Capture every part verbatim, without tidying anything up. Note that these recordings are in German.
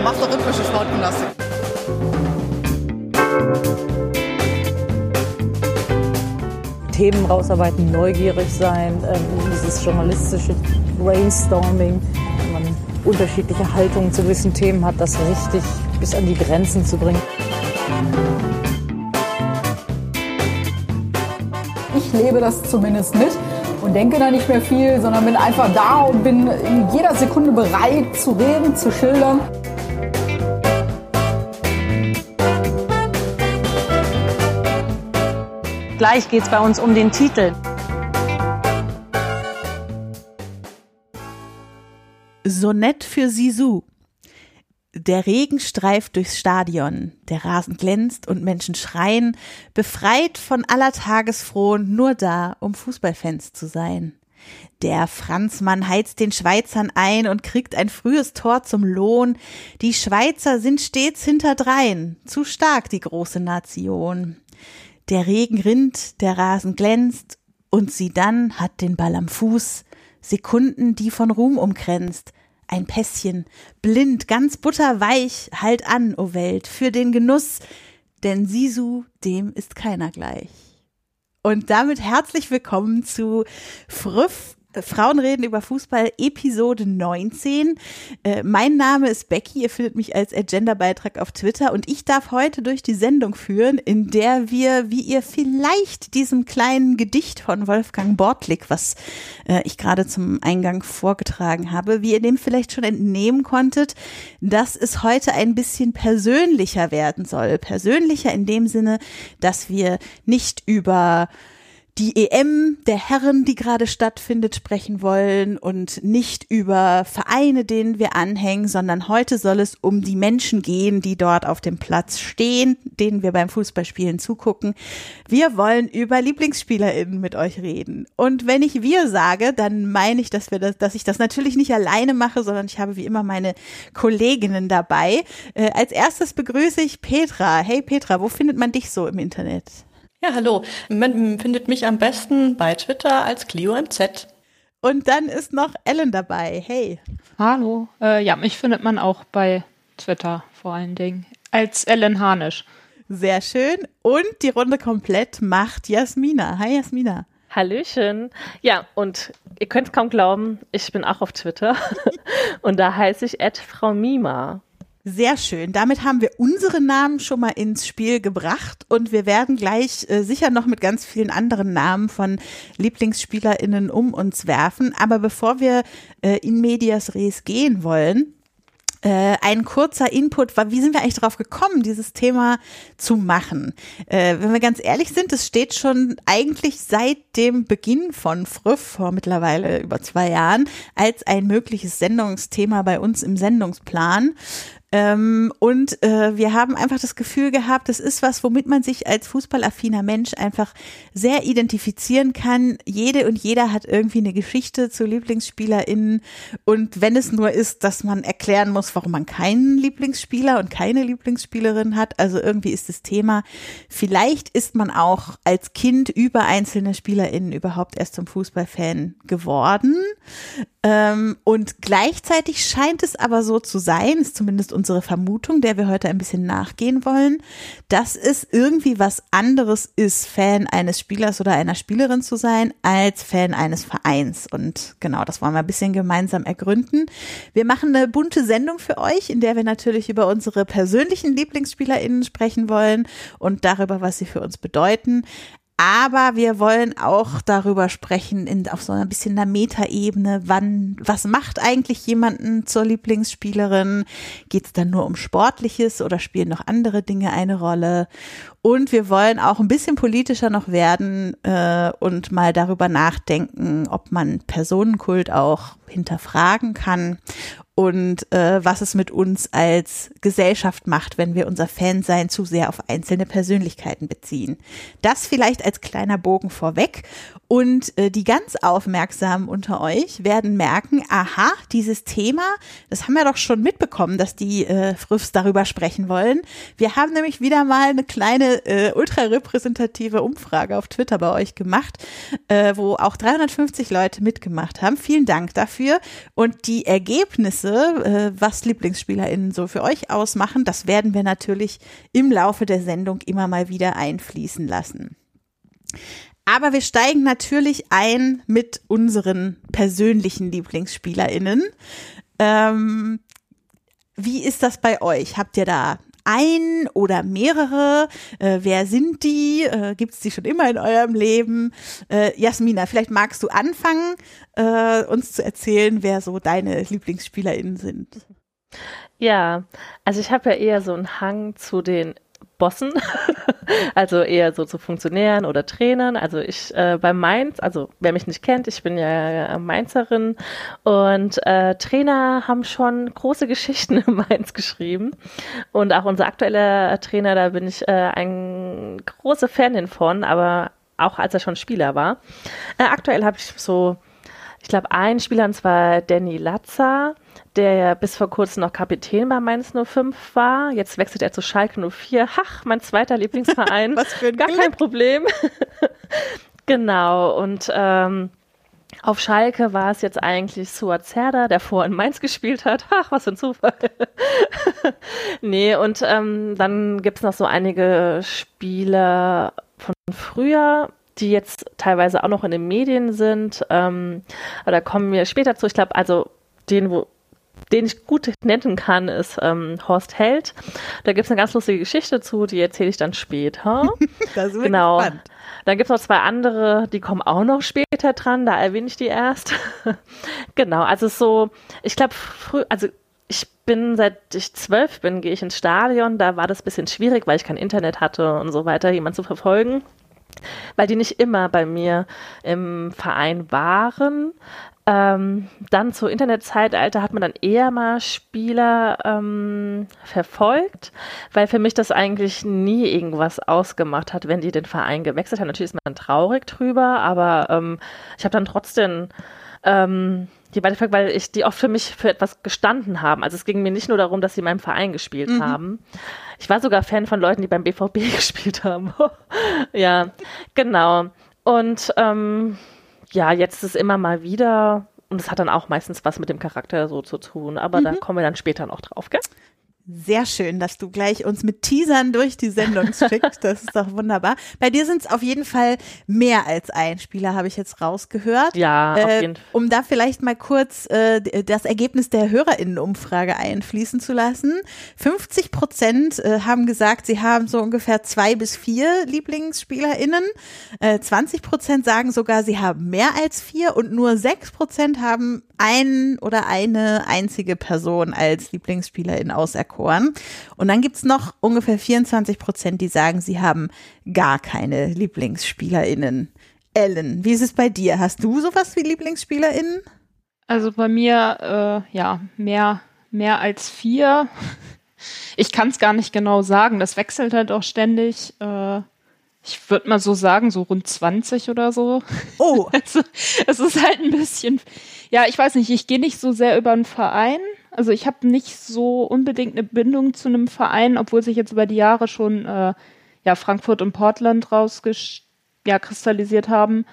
machst doch rhythmische Sportgymnastik. Themen rausarbeiten, neugierig sein, ähm, dieses journalistische Brainstorming, wenn man unterschiedliche Haltungen zu gewissen Themen hat, das richtig bis an die Grenzen zu bringen. Ich lebe das zumindest mit und denke da nicht mehr viel, sondern bin einfach da und bin in jeder Sekunde bereit zu reden, zu schildern. Gleich geht's bei uns um den Titel. Sonett für Zizou. Der Regen streift durchs Stadion, der Rasen glänzt und Menschen schreien, befreit von aller Tagesfrohen, nur da, um Fußballfans zu sein. Der Franzmann heizt den Schweizern ein und kriegt ein frühes Tor zum Lohn. Die Schweizer sind stets hinterdrein, zu stark die große Nation. Der Regen rinnt, der Rasen glänzt und sie dann hat den Ball am Fuß, Sekunden, die von Ruhm umkränzt. Ein Pässchen, blind, ganz butterweich, halt an, o Welt, für den Genuss, denn Zizou, dem ist keiner gleich. Und damit herzlich willkommen zu Früff, Frauen reden über Fußball, Episode neunzehn. Äh, mein Name ist Becky, ihr findet mich als Agenda-Beitrag auf Twitter und ich darf heute durch die Sendung führen, in der wir, wie ihr vielleicht diesem kleinen Gedicht von Wolfgang Bortlick, was äh, ich gerade zum Eingang vorgetragen habe, wie ihr dem vielleicht schon entnehmen konntet, dass es heute ein bisschen persönlicher werden soll. Persönlicher in dem Sinne, dass wir nicht über die E M der Herren, die gerade stattfindet, sprechen wollen und nicht über Vereine, denen wir anhängen, sondern heute soll es um die Menschen gehen, die dort auf dem Platz stehen, denen wir beim Fußballspielen zugucken. Wir wollen über LieblingsspielerInnen mit euch reden. Und wenn ich wir sage, dann meine ich, dass wir das, dass ich das natürlich nicht alleine mache, sondern ich habe wie immer meine Kolleginnen dabei. Äh, als erstes begrüße ich Petra. Hey Petra, wo findet man dich so im Internet? Ja, hallo. Man findet mich am besten bei Twitter als Clio M Z. Und dann ist noch Ellen dabei. Hey. Hallo. Äh, ja, mich findet man auch bei Twitter vor allen Dingen als Ellen Harnisch. Sehr schön. Und die Runde komplett macht Jasmina. Hi Jasmina. Hallöchen. Ja, und ihr könnt es kaum glauben, ich bin auch auf Twitter. Und da heiße ich at Frau Mima. Sehr schön. Damit haben wir unsere Namen schon mal ins Spiel gebracht und wir werden gleich äh, sicher noch mit ganz vielen anderen Namen von LieblingsspielerInnen um uns werfen. Aber bevor wir äh, in medias res gehen wollen, äh, ein kurzer Input, wie sind wir eigentlich darauf gekommen, dieses Thema zu machen? Äh, wenn wir ganz ehrlich sind, es steht schon eigentlich seit dem Beginn von Früff vor mittlerweile über zwei Jahren als ein mögliches Sendungsthema bei uns im Sendungsplan. Ähm, und äh, wir haben einfach das Gefühl gehabt, das ist was, womit man sich als fußballaffiner Mensch einfach sehr identifizieren kann. Jede und jeder hat irgendwie eine Geschichte zu LieblingsspielerInnen und wenn es nur ist, dass man erklären muss, warum man keinen Lieblingsspieler und keine Lieblingsspielerin hat, also irgendwie ist das Thema, vielleicht ist man auch als Kind über einzelne SpielerInnen überhaupt erst zum Fußballfan geworden. Ähm, und gleichzeitig scheint es aber so zu sein, ist zumindest unsere Vermutung, der wir heute ein bisschen nachgehen wollen, dass es irgendwie was anderes ist, Fan eines Spielers oder einer Spielerin zu sein, als Fan eines Vereins. Und genau, das wollen wir ein bisschen gemeinsam ergründen. Wir machen eine bunte Sendung für euch, in der wir natürlich über unsere persönlichen LieblingsspielerInnen sprechen wollen und darüber, was sie für uns bedeuten. Aber wir wollen auch darüber sprechen, in, auf so ein bisschen einer Metaebene, wann, was macht eigentlich jemanden zur Lieblingsspielerin? Geht es dann nur um Sportliches oder spielen noch andere Dinge eine Rolle? Und wir wollen auch ein bisschen politischer noch werden äh, und mal darüber nachdenken, ob man Personenkult auch hinterfragen kann und äh, was es mit uns als Gesellschaft macht, wenn wir unser Fansein zu sehr auf einzelne Persönlichkeiten beziehen. Das vielleicht als kleiner Bogen vorweg. Und äh, die ganz Aufmerksamen unter euch werden merken, aha, dieses Thema, das haben wir doch schon mitbekommen, dass die äh, Früffs darüber sprechen wollen. Wir haben nämlich wieder mal eine kleine äh, ultra-repräsentative Umfrage auf Twitter bei euch gemacht, äh, wo auch dreihundertfünfzig Leute mitgemacht haben. Vielen Dank dafür. Und die Ergebnisse Ergebnisse, äh, was LieblingsspielerInnen so für euch ausmachen, das werden wir natürlich im Laufe der Sendung immer mal wieder einfließen lassen. Aber wir steigen natürlich ein mit unseren persönlichen LieblingsspielerInnen. Ähm, wie ist das bei euch? Habt ihr da ein oder mehrere? Äh, wer sind die? Äh, Gibt es die schon immer in eurem Leben? Äh, Jasmina, vielleicht magst du anfangen, äh, uns zu erzählen, wer so deine LieblingsspielerInnen sind. Ja, also ich habe ja eher so einen Hang zu den Bossen, also eher so zu Funktionären oder Trainern. Also ich äh, bei Mainz, also wer mich nicht kennt, ich bin ja Mainzerin und äh, Trainer haben schon große Geschichten in Mainz geschrieben und auch unser aktueller Trainer, da bin ich äh, ein großer Fan von, aber auch als er schon Spieler war. Äh, aktuell habe ich so, ich glaube, einen Spieler, und zwar Danny Latza, der ja bis vor kurzem noch Kapitän bei Mainz null fünf war. Jetzt wechselt er zu Schalke null vier. Ach, mein zweiter Lieblingsverein. Was für ein Gar Glück. kein Problem. Genau. Und ähm, auf Schalke war es jetzt eigentlich Suat Serdar, der vor in Mainz gespielt hat. Ach, was für ein Zufall. Nee, und ähm, dann gibt es noch so einige Spieler von früher, die jetzt teilweise auch noch in den Medien sind. Ähm, aber da kommen wir später zu. Ich glaube, also den, wo den ich gut nennen kann, ist ähm, Horst Held. Da gibt es eine ganz lustige Geschichte zu, die erzähle ich dann später. Das ist Genau. spannend. Dann gibt es noch zwei andere, die kommen auch noch später dran, da erwähne ich die erst. Genau, also so, ich glaube, früh, also ich bin, seit ich zwölf bin, gehe ich ins Stadion, da war das ein bisschen schwierig, weil ich kein Internet hatte und so weiter, jemanden zu verfolgen, weil die nicht immer bei mir im Verein waren. Ähm, dann zur Internetzeitalter hat man dann eher mal Spieler ähm, verfolgt, weil für mich das eigentlich nie irgendwas ausgemacht hat, wenn die den Verein gewechselt haben. Natürlich ist man traurig drüber, aber ähm, ich habe dann trotzdem ähm, die weiterverfolgt, weil ich die auch für mich für etwas gestanden haben. Also es ging mir nicht nur darum, dass sie in meinem Verein gespielt mhm. haben. Ich war sogar Fan von Leuten, die beim B V B gespielt haben. Ja, genau. Und ähm, ja, jetzt ist es immer mal wieder, und es hat dann auch meistens was mit dem Charakter so zu tun, aber mhm. da kommen wir dann später noch drauf, gell? Sehr schön, dass du gleich uns mit Teasern durch die Sendung schickst. Das ist doch wunderbar. Bei dir sind es auf jeden Fall mehr als ein Spieler, habe ich jetzt rausgehört. Ja, äh, auf jeden Fall. Um da vielleicht mal kurz äh, das Ergebnis der HörerInnenumfrage einfließen zu lassen. fünfzig Prozent äh, haben gesagt, sie haben so ungefähr zwei bis vier LieblingsspielerInnen. Äh, zwanzig Prozent sagen sogar, sie haben mehr als vier und nur sechs Prozent haben ein oder eine einzige Person als Lieblingsspielerin auserkoren. Und dann gibt's noch ungefähr vierundzwanzig Prozent, die sagen, sie haben gar keine LieblingsspielerInnen. Ellen, wie ist es bei dir? Hast du sowas wie LieblingsspielerInnen? Also bei mir, äh, ja, mehr, mehr als vier. Ich kann es gar nicht genau sagen. Das wechselt halt auch ständig. Äh, Ich würde mal so sagen, so rund zwanzig oder so. Oh. Also, es ist halt ein bisschen, ja, ich weiß nicht, ich gehe nicht so sehr über einen Verein. Also ich habe nicht so unbedingt eine Bindung zu einem Verein, obwohl sich jetzt über die Jahre schon äh, ja, Frankfurt und Portland rausgesch- ja, kristallisiert haben.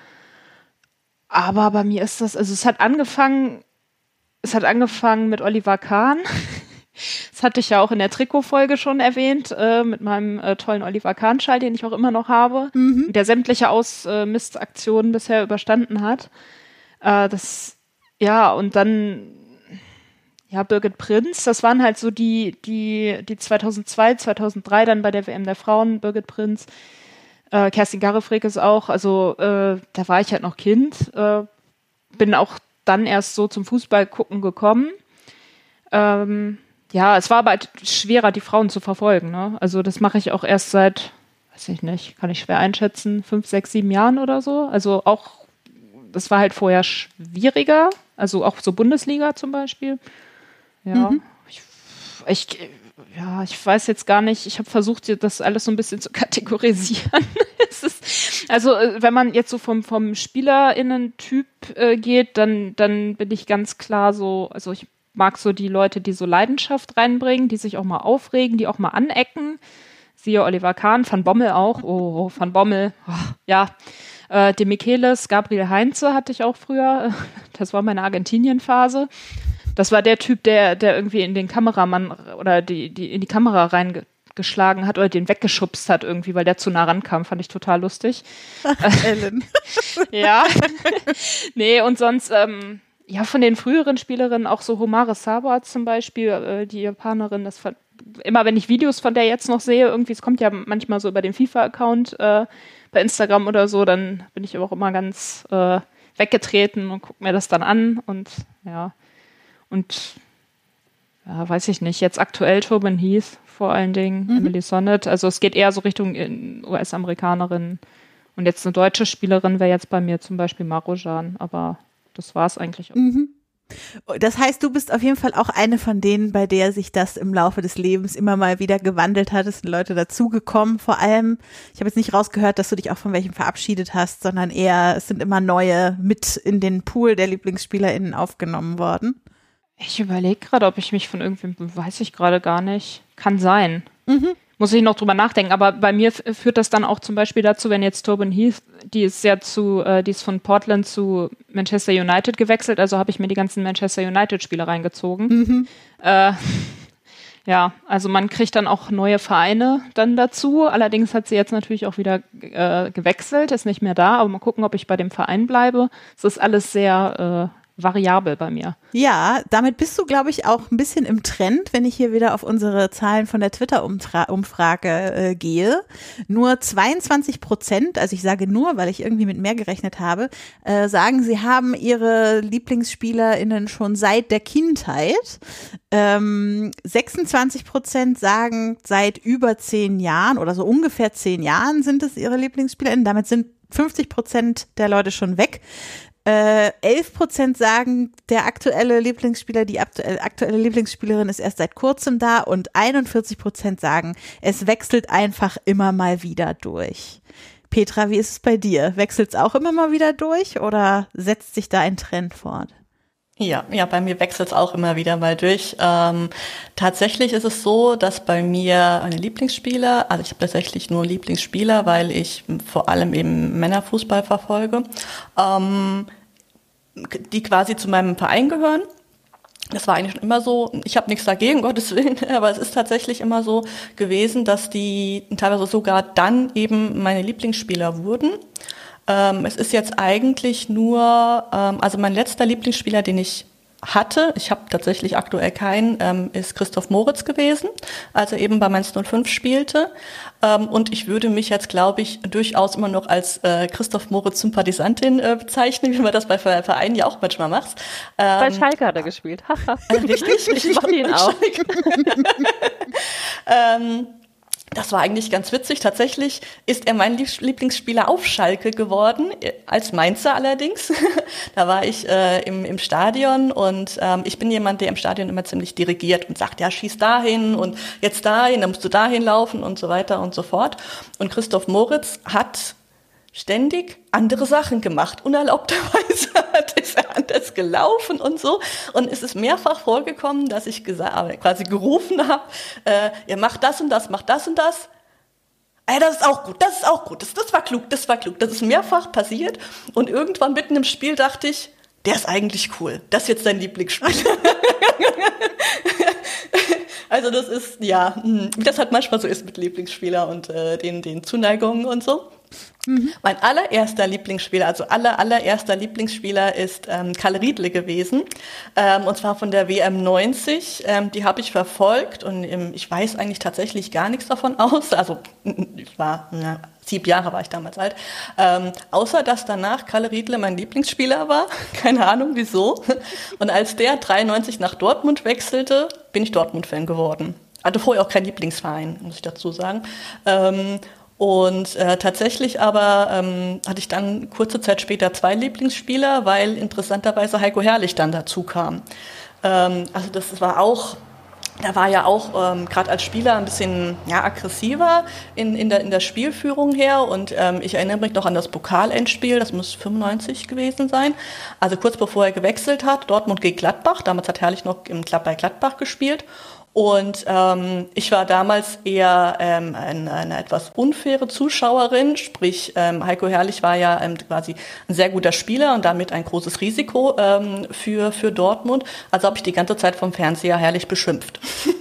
Aber bei mir ist das, also es hat angefangen, es hat angefangen mit Oliver Kahn. Das hatte ich ja auch in der Trikotfolge schon erwähnt, äh, mit meinem äh, tollen Oliver Kahn-Schal, den ich auch immer noch habe, mhm. der sämtliche Ausmistaktionen bisher überstanden hat. Äh, das, ja, und dann, ja, Birgit Prinz, das waren halt so die, die, die zweitausendzwei, zweitausenddrei dann bei der W M der Frauen, Birgit Prinz, äh, Kerstin Garefrek ist auch, also äh, da war ich halt noch Kind, äh, bin auch dann erst so zum Fußball gucken gekommen. Ähm, Ja, es war aber halt schwerer, die Frauen zu verfolgen, ne? Also das mache ich auch erst seit, weiß ich nicht, kann ich schwer einschätzen, fünf, sechs, sieben Jahren oder so. Also auch, das war halt vorher schwieriger, also auch so Bundesliga zum Beispiel. Ja, mhm. ich, ich, ja, ich weiß jetzt gar nicht, ich habe versucht, das alles so ein bisschen zu kategorisieren. Es ist, also wenn man jetzt so vom, vom SpielerInnen-Typ äh, geht, dann, dann bin ich ganz klar so, also ich mag so die Leute, die so Leidenschaft reinbringen, die sich auch mal aufregen, die auch mal anecken. Siehe Oliver Kahn, Van Bommel auch. Oh, Van Bommel. Oh, ja. Äh, De Michelis, Gabriel Heinze hatte ich auch früher. Das war meine Argentinien-Phase. Das war der Typ, der, der irgendwie in den Kameramann oder die, die in die Kamera reingeschlagen hat oder den weggeschubst hat irgendwie, weil der zu nah rankam. Fand ich total lustig. Ach, Ellen. Ja. Nee, und sonst, ähm, ja, von den früheren Spielerinnen auch so Homare Sawa zum Beispiel, äh, die Japanerin, das fand, immer wenn ich Videos von der jetzt noch sehe, irgendwie, es kommt ja manchmal so über den FIFA-Account äh, bei Instagram oder so, dann bin ich aber auch immer ganz äh, weggetreten und gucke mir das dann an und ja, und ja, weiß ich nicht, jetzt aktuell Tobin Heath vor allen Dingen, mhm. Emily Sonnet, also es geht eher so Richtung U S-Amerikanerin und jetzt eine deutsche Spielerin wäre jetzt bei mir zum Beispiel Marujan, aber das war es eigentlich. Mhm. Das heißt, du bist auf jeden Fall auch eine von denen, bei der sich das im Laufe des Lebens immer mal wieder gewandelt hat. Es sind Leute dazugekommen. Vor allem, ich habe jetzt nicht rausgehört, dass du dich auch von welchen verabschiedet hast, sondern eher, es sind immer neue mit in den Pool der LieblingsspielerInnen aufgenommen worden. Ich überlege gerade, ob ich mich von irgendwem, weiß ich gerade gar nicht. Kann sein. Mhm. Muss ich noch drüber nachdenken, aber bei mir f- führt das dann auch zum Beispiel dazu, wenn jetzt Tobin Heath, die ist ja zu, äh, die ist von Portland zu Manchester United gewechselt, also habe ich mir die ganzen Manchester United-Spieler reingezogen. Mhm. Äh, ja, also man kriegt dann auch neue Vereine dann dazu, allerdings hat sie jetzt natürlich auch wieder äh, gewechselt, ist nicht mehr da, aber mal gucken, ob ich bei dem Verein bleibe. Es ist alles sehr äh, variabel bei mir. Ja, damit bist du, glaube ich, auch ein bisschen im Trend, wenn ich hier wieder auf unsere Zahlen von der Twitter-Umfrage äh, gehe. Nur zweiundzwanzig Prozent, also ich sage nur, weil ich irgendwie mit mehr gerechnet habe, äh, sagen, sie haben ihre LieblingsspielerInnen schon seit der Kindheit. Ähm, sechsundzwanzig Prozent sagen, seit über zehn Jahren oder so ungefähr zehn Jahren sind es ihre LieblingsspielerInnen. Damit sind fünfzig Prozent der Leute schon weg. Äh, elf Prozent sagen, der aktuelle Lieblingsspieler, die aktuelle, aktuelle Lieblingsspielerin ist erst seit kurzem da und einundvierzig Prozent sagen, es wechselt einfach immer mal wieder durch. Petra, wie ist es bei dir? Wechselt es auch immer mal wieder durch oder setzt sich da ein Trend fort? Ja, ja, bei mir wechselt es auch immer wieder mal durch. Ähm, tatsächlich ist es so, dass bei mir meine Lieblingsspieler, also ich habe tatsächlich nur Lieblingsspieler, weil ich vor allem eben Männerfußball verfolge, ähm, die quasi zu meinem Verein gehören. Das war eigentlich schon immer so. Ich habe nichts dagegen, um Gottes Willen, aber es ist tatsächlich immer so gewesen, dass die teilweise sogar dann eben meine Lieblingsspieler wurden. Ähm, es ist jetzt eigentlich nur, ähm, also mein letzter Lieblingsspieler, den ich hatte, ich habe tatsächlich aktuell keinen, ähm, ist Christoph Moritz gewesen, als er eben bei Mainz null fünf spielte. Ähm, und ich würde mich jetzt, glaube ich, durchaus immer noch als äh, Christoph Moritz-Sympathisantin äh, bezeichnen, wie man das bei Vereinen ja auch manchmal macht. Ähm, bei Schalke hat er gespielt. äh, richtig, ich mag ihn auch. ähm, Das war eigentlich ganz witzig. Tatsächlich ist er mein Lieblingsspieler auf Schalke geworden, als Mainzer allerdings. Da war ich äh, im, im Stadion und ähm, ich bin jemand, der im Stadion immer ziemlich dirigiert und sagt, ja, schieß dahin und jetzt dahin, dann musst du dahin laufen und so weiter und so fort. Und Christoph Moritz hat ständig andere Sachen gemacht. Unerlaubterweise ist er anders gelaufen und so. Und es ist mehrfach vorgekommen, dass ich gesagt, quasi gerufen habe, äh, ihr macht das und das, macht das und das. Ey, das ist auch gut, das ist auch gut, das, das war klug, das war klug. Das ist mehrfach passiert. Und irgendwann mitten im Spiel dachte ich, der ist eigentlich cool. Das ist jetzt dein Lieblingsspieler. Also das ist, ja, wie das halt manchmal so ist mit Lieblingsspieler und äh, den, den Zuneigungen und so. Mhm. Mein allererster Lieblingsspieler, also aller, allererster Lieblingsspieler ist ähm, Kalle Riedle gewesen, ähm, und zwar von der W M neunzig. Ähm, die habe ich verfolgt und ähm, ich weiß eigentlich tatsächlich gar nichts davon aus. Also ich war, ja, sieben Jahre war ich damals alt. Ähm, außer, dass danach Kalle Riedle mein Lieblingsspieler war. Keine Ahnung, wieso. Und als der dreiundneunzig nach Dortmund wechselte, bin ich Dortmund-Fan geworden. Hatte vorher auch keinen Lieblingsverein, muss ich dazu sagen. Ähm, Und äh, tatsächlich aber ähm, hatte ich dann kurze Zeit später zwei Lieblingsspieler, weil interessanterweise Heiko Herrlich dann dazu kam. Ähm, also das war auch, da war ja auch ähm, gerade als Spieler ein bisschen ja, aggressiver in, in, der, in der Spielführung her. Und ähm, ich erinnere mich noch an das Pokalendspiel, das muss fünfundneunzig gewesen sein. Also kurz bevor er gewechselt hat, Dortmund gegen Gladbach. Damals hat Herrlich noch im, bei Gladbach gespielt. Und ähm, ich war damals eher ähm, eine, eine etwas unfaire Zuschauerin, sprich ähm, Heiko Herrlich war ja ähm, quasi ein sehr guter Spieler und damit ein großes Risiko ähm, für für Dortmund. Also habe ich die ganze Zeit vom Fernseher Herrlich beschimpft.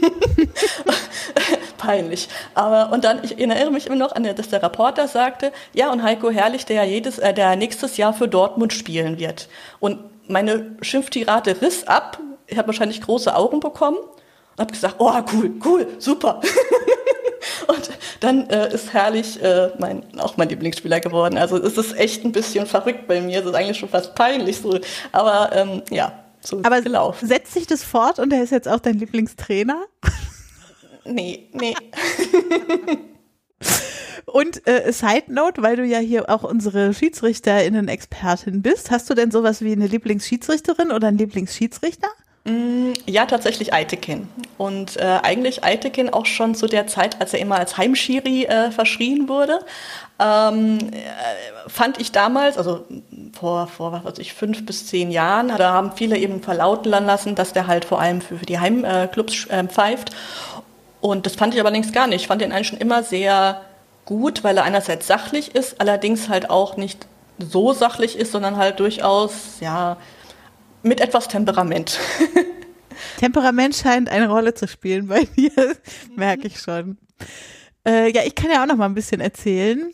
Peinlich. Aber und dann, ich erinnere mich immer noch an, dass der Reporter sagte, ja, und Heiko Herrlich, der jedes, äh, der nächstes Jahr für Dortmund spielen wird. Und meine Schimpftirade riss ab. Ich habe wahrscheinlich große Augen bekommen. Und habe gesagt, oh, cool, cool, super. Und dann äh, ist Herrlich äh, mein, auch mein Lieblingsspieler geworden. Also es ist echt ein bisschen verrückt bei mir. Es ist eigentlich schon fast peinlich so. Aber ähm, ja, so ist es gelaufen. Setzt sich das fort und er ist jetzt auch dein Lieblingstrainer? Nee, nee. Und äh, Side Note, weil du ja hier auch unsere SchiedsrichterInnen-Expertin bist, hast du denn sowas wie eine Lieblingsschiedsrichterin oder einen Lieblingsschiedsrichter? Ja, tatsächlich Eitekin. Und äh, eigentlich Eitekin auch schon zu der Zeit, als er immer als Heimschiri äh, verschrien wurde, ähm, äh, fand ich damals, also vor, vor was weiß ich, fünf bis zehn Jahren, da haben viele eben verlauten lassen, dass der halt vor allem für, für die Heimclubs äh, pfeift. Und das fand ich aber längst gar nicht. Ich fand den eigentlich schon immer sehr gut, weil er einerseits sachlich ist, allerdings halt auch nicht so sachlich ist, sondern halt durchaus, ja, mit etwas Temperament. Temperament scheint eine Rolle zu spielen bei mir, merke ich schon. Äh, ja, ich kann ja auch noch mal ein bisschen erzählen.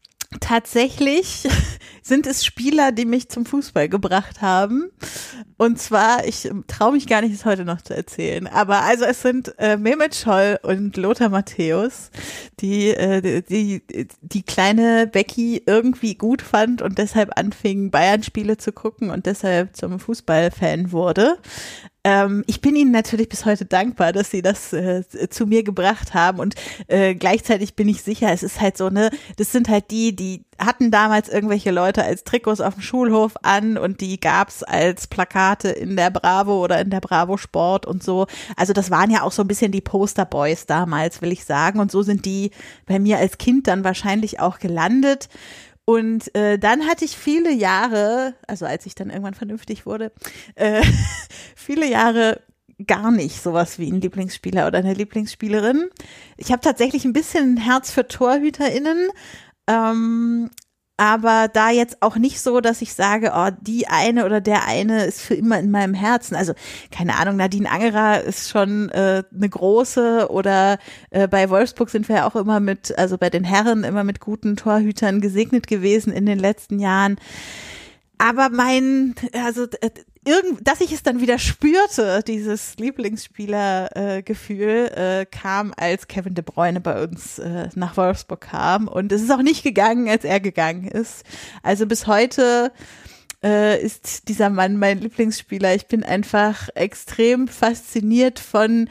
Tatsächlich sind es Spieler, die mich zum Fußball gebracht haben. Und zwar, ich traue mich gar nicht, es heute noch zu erzählen. Aber also es sind äh, Mehmet Scholl und Lothar Matthäus, die, äh, die die kleine Becky irgendwie gut fand und deshalb anfing, Bayern-Spiele zu gucken und deshalb zum Fußballfan wurde. Ähm, ich bin ihnen natürlich bis heute dankbar, dass sie das äh, zu mir gebracht haben und äh, gleichzeitig bin ich sicher, es ist halt so, ne, das sind halt die, die hatten damals irgendwelche Leute als Trikots auf dem Schulhof an und die gab's als Plakate in der Bravo oder in der Bravo Sport und so. Also das waren ja auch so ein bisschen die Posterboys damals, will ich sagen. Und so sind die bei mir als Kind dann wahrscheinlich auch gelandet. Und äh, dann hatte ich viele Jahre, also als ich dann irgendwann vernünftig wurde, äh, viele Jahre gar nicht sowas wie ein Lieblingsspieler oder eine Lieblingsspielerin. Ich habe tatsächlich ein bisschen ein Herz für TorhüterInnen, ähm, aber da jetzt auch nicht so, dass ich sage, oh, die eine oder der eine ist für immer in meinem Herzen. Also keine Ahnung, Nadine Angerer ist schon äh, eine große oder äh, bei Wolfsburg sind wir ja auch immer mit, also bei den Herren immer mit guten Torhütern gesegnet gewesen in den letzten Jahren. Aber mein, also äh, irgend, dass ich es dann wieder spürte, dieses Lieblingsspieler-Gefühl, äh, äh, kam, als Kevin De Bruyne bei uns äh, nach Wolfsburg kam. Und es ist auch nicht gegangen, als er gegangen ist. Also bis heute äh, ist dieser Mann mein Lieblingsspieler. Ich bin einfach extrem fasziniert von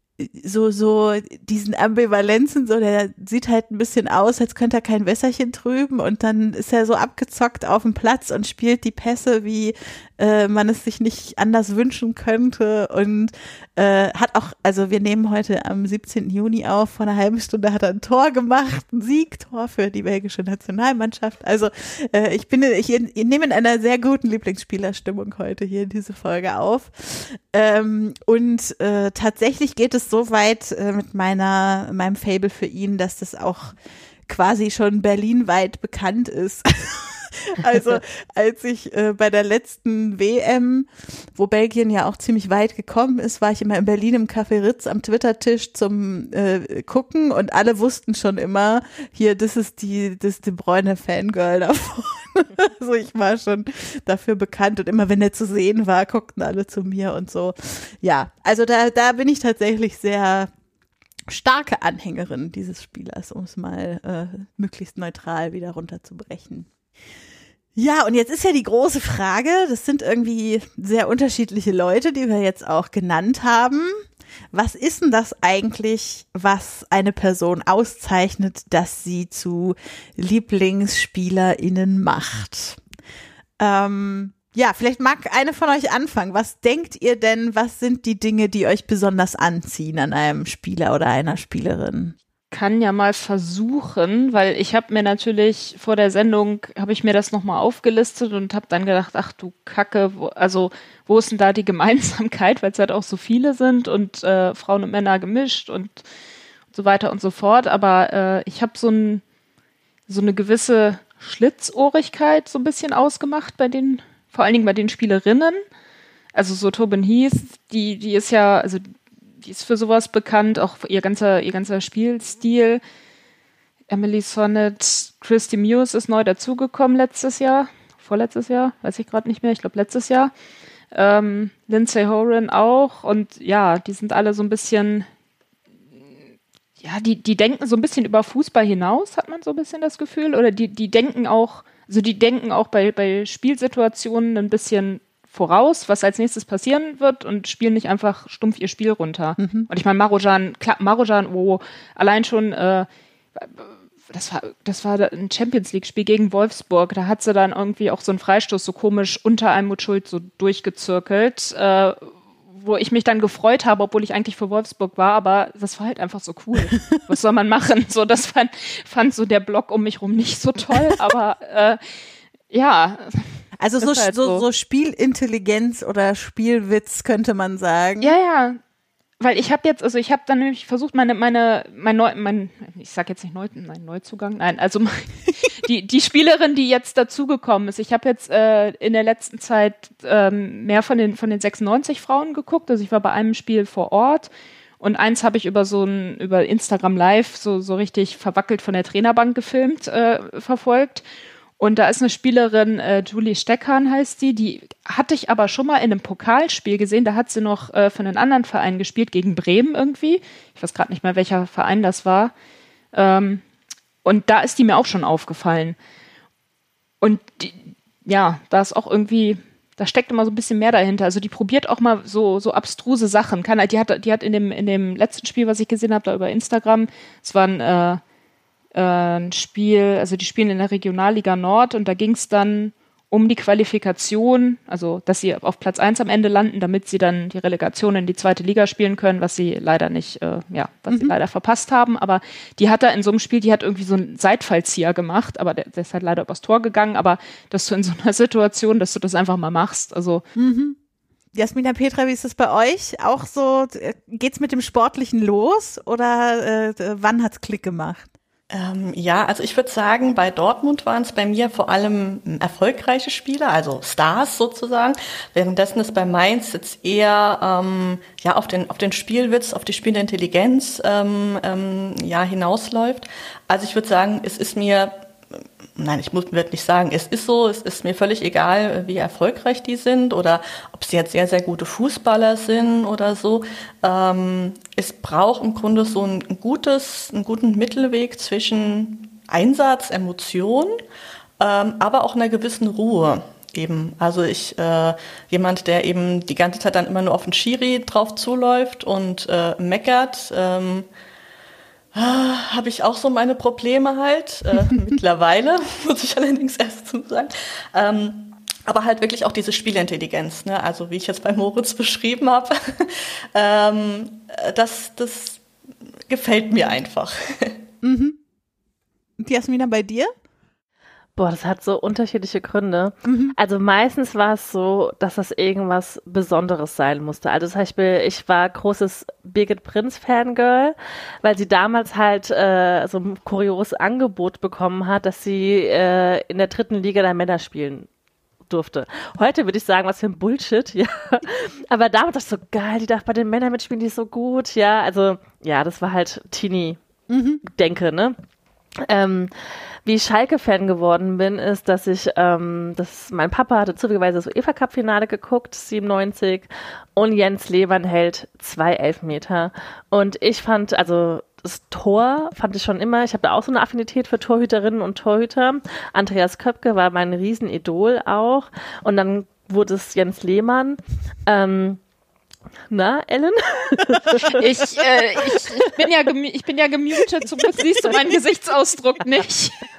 so so diesen Ambivalenzen, so der sieht halt ein bisschen aus, als könnte er kein Wässerchen trüben und dann ist er so abgezockt auf dem Platz und spielt die Pässe, wie äh, man es sich nicht anders wünschen könnte und äh, hat auch, also wir nehmen heute am siebzehnten Juni auf, vor einer halben Stunde hat er ein Tor gemacht, ein Siegtor für die belgische Nationalmannschaft. Also äh, ich bin, ich, ich nehme in einer sehr guten Lieblingsspielerstimmung heute hier in diese Folge auf ähm, und äh, tatsächlich geht es so weit äh, mit meiner meinem Faible für ihn, dass das auch quasi schon berlinweit bekannt ist. Also als ich äh, bei der letzten W M, wo Belgien ja auch ziemlich weit gekommen ist, war ich immer in Berlin im Café Ritz am Twitter-Tisch zum äh, Gucken und alle wussten schon immer, hier, das ist die, das ist De Bruyne Fangirl davon. Also ich war schon dafür bekannt und immer wenn er zu sehen war, guckten alle zu mir und so. Ja, also da, da bin ich tatsächlich sehr starke Anhängerin dieses Spielers, um es mal äh, möglichst neutral wieder runterzubrechen. Ja, und jetzt ist ja die große Frage, das sind irgendwie sehr unterschiedliche Leute, die wir jetzt auch genannt haben. Was ist denn das eigentlich, was eine Person auszeichnet, dass sie zu LieblingsspielerInnen macht? Ähm, ja, vielleicht mag eine von euch anfangen. Was denkt ihr denn, was sind die Dinge, die euch besonders anziehen an einem Spieler oder einer Spielerin? kann ja mal versuchen, weil ich habe mir natürlich vor der Sendung, habe ich mir das nochmal aufgelistet und habe dann gedacht, ach du Kacke, wo, also wo ist denn da die Gemeinsamkeit, weil es halt auch so viele sind und äh, Frauen und Männer gemischt und, und so weiter und so fort. Aber äh, ich habe so, ein, so eine gewisse Schlitzohrigkeit so ein bisschen ausgemacht bei den, vor allen Dingen bei den Spielerinnen. Also so Tobin Heath, die, die ist ja, also die ist für sowas bekannt, auch ihr ganzer, ihr ganzer Spielstil. Emily Sonnet, Christy Muse ist neu dazugekommen letztes Jahr, vorletztes Jahr, weiß ich gerade nicht mehr, ich glaube letztes Jahr. Ähm, Lindsay Horan auch und ja, die sind alle so ein bisschen, ja, die, die denken so ein bisschen über Fußball hinaus, hat man so ein bisschen das Gefühl, oder die, die denken auch, also die denken auch bei, bei Spielsituationen ein bisschen voraus, was als nächstes passieren wird und spielen nicht einfach stumpf ihr Spiel runter. Mhm. Und ich meine, Marujan, klar, Marujan, oh, allein schon, äh, das war, das war ein Champions-League-Spiel gegen Wolfsburg, da hat sie dann irgendwie auch so einen Freistoß so komisch unter Almut Schuld so durchgezirkelt, äh, wo ich mich dann gefreut habe, obwohl ich eigentlich für Wolfsburg war, aber das war halt einfach so cool. Was soll man machen? So, das fand, fand so der Block um mich rum nicht so toll, aber äh, ja. Also so, halt so, so. so Spielintelligenz oder Spielwitz könnte man sagen. Ja, ja. Weil ich habe jetzt, also ich habe dann nämlich versucht, meine, meine, mein, Neu, mein, ich sag jetzt nicht Neu, nein, Neuzugang, nein, also die, die Spielerin, die jetzt dazugekommen ist. Ich habe jetzt äh, in der letzten Zeit ähm, mehr von den, von den sechsundneunzig Frauen geguckt. Also ich war bei einem Spiel vor Ort und eins habe ich über so ein, über Instagram Live so, so richtig verwackelt von der Trainerbank gefilmt, äh, verfolgt. Und da ist eine Spielerin, äh, Julie Steckhahn heißt die, die hatte ich aber schon mal in einem Pokalspiel gesehen, da hat sie noch äh, für einen anderen Verein gespielt, gegen Bremen irgendwie. Ich weiß gerade nicht mehr, welcher Verein das war. Ähm, und da ist die mir auch schon aufgefallen. Und die, ja, da ist auch irgendwie, da steckt immer so ein bisschen mehr dahinter. Also die probiert auch mal so, so abstruse Sachen. Kann, die hat, die hat in dem, in dem letzten Spiel, was ich gesehen habe, da über Instagram, es war ein äh, ein Spiel, also die spielen in der Regionalliga Nord und da ging es dann um die Qualifikation, also dass sie auf Platz eins am Ende landen, damit sie dann die Relegation in die zweite Liga spielen können, was sie leider nicht, äh, ja, was mhm. sie leider verpasst haben, aber die hat da in so einem Spiel, die hat irgendwie so einen Seitfallzieher gemacht, aber der, der ist halt leider übers Tor gegangen, aber dass du in so einer Situation, dass du das einfach mal machst, also mhm. Jasmina, Petra, wie ist es bei euch? Auch so, geht's mit dem Sportlichen los oder äh, wann hat's Klick gemacht? Ähm, ja, also ich würde sagen, bei Dortmund waren es bei mir vor allem erfolgreiche Spieler, also Stars sozusagen, währenddessen ist bei Mainz jetzt eher ähm, ja auf den auf den Spielwitz, auf die Spielintelligenz ähm, ähm, ja hinausläuft. Also ich würde sagen, es ist mir Nein, ich muss würde nicht sagen, es ist so, es ist mir völlig egal, wie erfolgreich die sind oder ob sie jetzt sehr, sehr gute Fußballer sind oder so. Ähm, es braucht im Grunde so ein gutes, einen guten Mittelweg zwischen Einsatz, Emotion, ähm, aber auch einer gewissen Ruhe. Eben, also ich, äh, jemand, der eben die ganze Zeit dann immer nur auf den Schiri drauf zuläuft und äh, meckert, ähm, Ah, habe ich auch so meine Probleme halt, äh, mittlerweile, muss ich allerdings erst zu sagen. Ähm, aber halt wirklich auch diese Spielintelligenz, ne? Also wie ich jetzt bei Moritz beschrieben habe, ähm, das, das gefällt mir einfach. Mhm. Jasmina, bei dir? Boah, das hat so unterschiedliche Gründe. Mhm. Also meistens war es so, dass das irgendwas Besonderes sein musste. Also zum Beispiel, ich war großes Birgit Prinz-Fangirl, weil sie damals halt äh, so ein kurioses Angebot bekommen hat, dass sie äh, in der dritten Liga der Männer spielen durfte. Heute würde ich sagen, was für ein Bullshit, ja. Aber damals dachte ich so, geil, die darf bei den Männern mitspielen, die ist so gut, ja. Also, ja, das war halt Teenie-Denke, ne? Ähm, wie ich Schalke-Fan geworden bin, ist, dass ich, ähm, dass mein Papa hatte zufälligerweise das UEFA-Cup-Finale geguckt, siebenundneunzig, und Jens Lehmann hält zwei Elfmeter. Und ich fand, also das Tor fand ich schon immer, ich habe da auch so eine Affinität für Torhüterinnen und Torhüter. Andreas Köpke war mein Riesenidol auch. Und dann wurde es Jens Lehmann. Ähm, Na, Ellen? ich, äh, ich, ich, bin ja gemu- ich bin ja gemutet, zum Glück siehst du meinen Gesichtsausdruck nicht.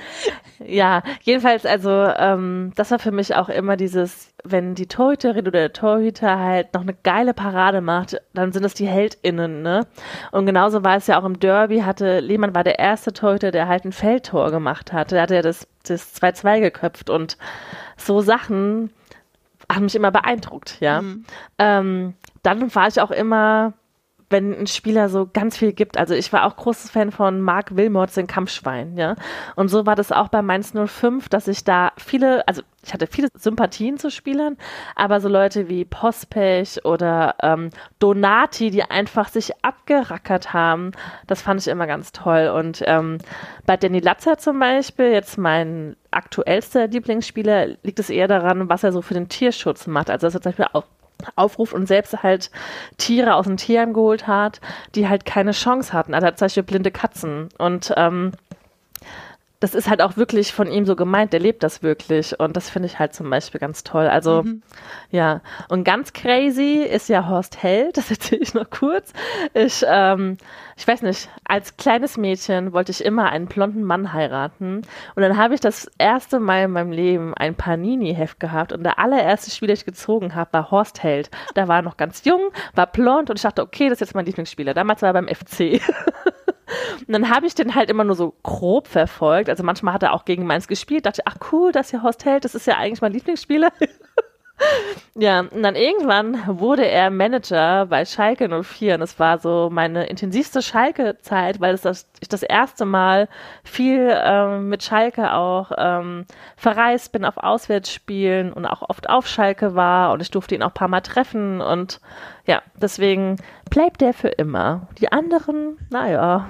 Ja, jedenfalls, also ähm, das war für mich auch immer dieses, wenn die Torhüterin oder der Torhüter halt noch eine geile Parade macht, dann sind das die HeldInnen, ne? Und genauso war es ja auch im Derby, hatte Lehmann war der erste Torhüter, der halt ein Feldtor gemacht hatte. Der hatte ja das, das zwei zwei geköpft und so Sachen haben mich immer beeindruckt, ja. Mhm. Ähm, dann war ich auch immer, wenn ein Spieler so ganz viel gibt, also ich war auch großes Fan von Marc Wilmots, den Kampfschwein, ja. Und so war das auch bei Mainz null fünf, dass ich da viele, also ich hatte viele Sympathien zu Spielern, aber so Leute wie Pospech oder ähm, Donati, die einfach sich abgerackert haben, das fand ich immer ganz toll. Und ähm, bei Danny Latzer zum Beispiel, jetzt mein aktuellster Lieblingsspieler, liegt es eher daran, was er so für den Tierschutz macht. Also dass er zum Beispiel auch aufruft und selbst halt Tiere aus dem Tierheim geholt hat, die halt keine Chance hatten. Also er hat zum Beispiel blinde Katzen und ähm, das ist halt auch wirklich von ihm so gemeint, der lebt das wirklich und das finde ich halt zum Beispiel ganz toll. Also mhm. ja, und ganz crazy ist ja Horst Held, das erzähle ich noch kurz. Ich, ähm, ich weiß nicht, als kleines Mädchen wollte ich immer einen blonden Mann heiraten und dann habe ich das erste Mal in meinem Leben ein Panini-Heft gehabt und der allererste Spieler, den ich gezogen habe, war Horst Held. Da war er noch ganz jung, war blond und ich dachte, okay, das ist jetzt mein Lieblingsspieler. Damals war er beim F C. Und dann habe ich den halt immer nur so grob verfolgt. Also manchmal hat er auch gegen Mainz gespielt. Dachte, ach cool, das ist ja Horst Held, das ist ja eigentlich mein Lieblingsspieler. Ja, und dann irgendwann wurde er Manager bei Schalke null vier. Und es war so meine intensivste Schalke-Zeit, weil es das, ich das erste Mal viel ähm, mit Schalke auch ähm, verreist bin auf Auswärtsspielen und auch oft auf Schalke war. Und ich durfte ihn auch ein paar Mal treffen. Und ja, deswegen bleibt der für immer. Die anderen, naja.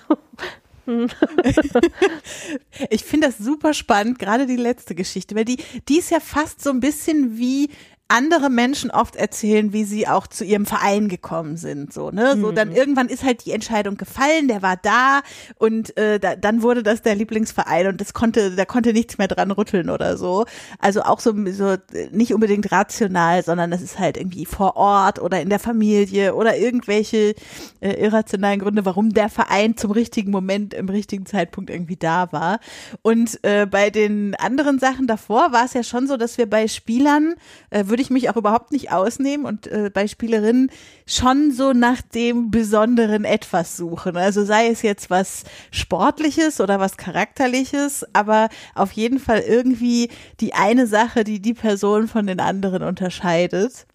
Ich finde das super spannend, gerade die letzte Geschichte, weil die, die ist ja fast so ein bisschen wie andere Menschen oft erzählen, wie sie auch zu ihrem Verein gekommen sind, so, ne, so, dann irgendwann ist halt die Entscheidung gefallen, der war da und äh, da, dann wurde das der Lieblingsverein und das konnte, da konnte nichts mehr dran rütteln oder so, also auch so, so nicht unbedingt rational, sondern das ist halt irgendwie vor Ort oder in der Familie oder irgendwelche äh, irrationalen Gründe, warum der Verein zum richtigen Moment im richtigen Zeitpunkt irgendwie da war. Und äh, bei den anderen Sachen davor war es ja schon so, dass wir bei Spielern äh, würde ich mich auch überhaupt nicht ausnehmen und äh, bei Spielerinnen schon so nach dem besonderen Etwas suchen. Also sei es jetzt was Sportliches oder was Charakterliches, aber auf jeden Fall irgendwie die eine Sache, die die Person von den anderen unterscheidet.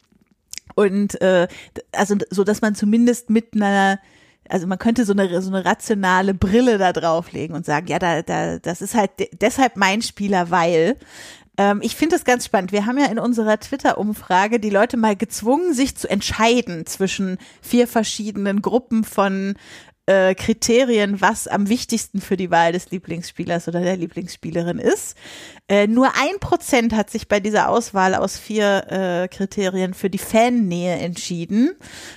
Und äh, also so, dass man zumindest mit einer, also man könnte so eine so eine rationale Brille da drauflegen und sagen, ja, da da das ist halt de- deshalb mein Spieler, weil ich finde das ganz spannend. Wir haben ja in unserer Twitter-Umfrage die Leute mal gezwungen, sich zu entscheiden zwischen vier verschiedenen Gruppen von äh, Kriterien, was am wichtigsten für die Wahl des Lieblingsspielers oder der Lieblingsspielerin ist. Äh, nur ein Prozent hat sich bei dieser Auswahl aus vier äh, Kriterien für die Fannähe entschieden.